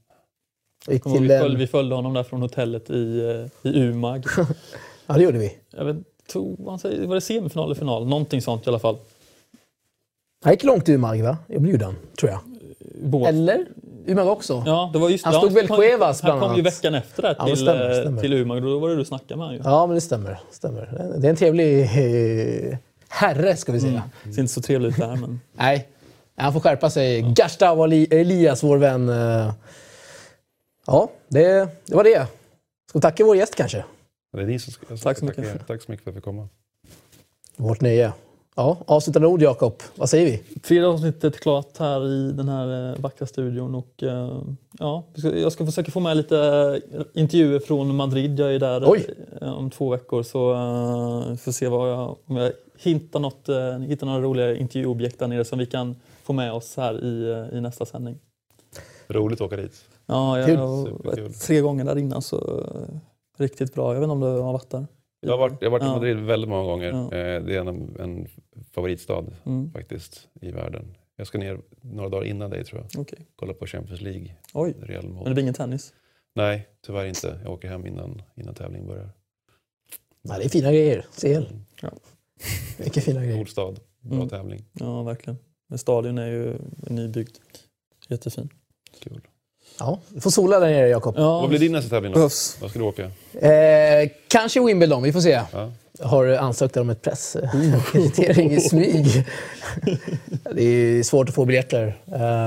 Vi följde honom där från hotellet i Umag. Ja, det gjorde vi. Jag vet, var det semifinal eller final? Någonting sånt i alla fall. Han gick långt i Umag, va? Jag blev den, tror jag. Eller? Umag också? Ja, det var just, han stod väl Cuevas bland annat. Han kom ju veckan efter det stämmer. Till Umag. Då var det du snackade med han ju. Ja, men det stämmer. Det är en trevlig herre, ska vi säga. Det ser inte så trevligt ut där, men... Nej, han får skärpa sig. Ja. Gustavo Elias, vår vän. Ja, det var det. Ska vi tacka vår gäst kanske? Det är ni som ska. Tack så mycket. Tack så mycket för att vi fick komma. Vårt nöje. Ja, avslutande ord, Jakob. Vad säger vi? 3 avsnittet klart här i den här vackra studion. Och, jag ska försöka få med lite intervjuer från Madrid. Jag är där om 2 veckor. Så får se om jag hittar några roliga intervjuobjekt där nere som vi kan få med oss här i nästa sändning. Roligt att åka dit. Ja, jag har varit 3 gånger där innan, så riktigt bra. Jag vet inte om du har varit där. Jag har varit i Madrid väldigt många gånger. Ja. Det är en favoritstad faktiskt i världen. Jag ska ner några dagar innan dig, tror jag. Okay. Kolla på Champions League. Oj, men det blir ingen tennis? Nej, tyvärr inte. Jag åker hem innan tävlingen börjar. Nej, det är fina grejer. CL. Ja. Mycket fina grejer. God stad. Bra tävling. Ja, verkligen. Men stadion är ju nybyggd. Jättefin. Kul. Ja, du får sola där nere, Jakob. Ja, vad blir din nästa tävling då? Vad ska du åka? Kanske Wimbledon, vi får se. Ja. Har ansökt om ett presskreditering i smyg. Det är svårt att få biljetter.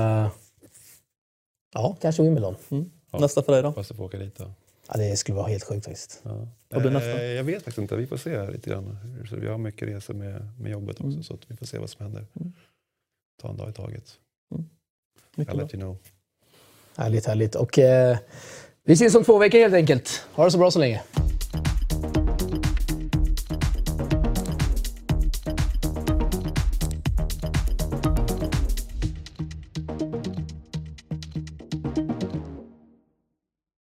Ja, kanske Wimbledon. Ja. Nästa för dig då? Fast du får åka dit då. Ja, det skulle vara helt sjukt faktiskt. Ja. Vad blir nästa? Jag vet faktiskt inte, vi får se lite grann. Så vi har mycket resor med jobbet också, så att vi får se vad som händer. Ta en dag i taget. I'll let you know. Härligt. Och vi syns om 2 veckor helt enkelt. Ha det så bra så länge.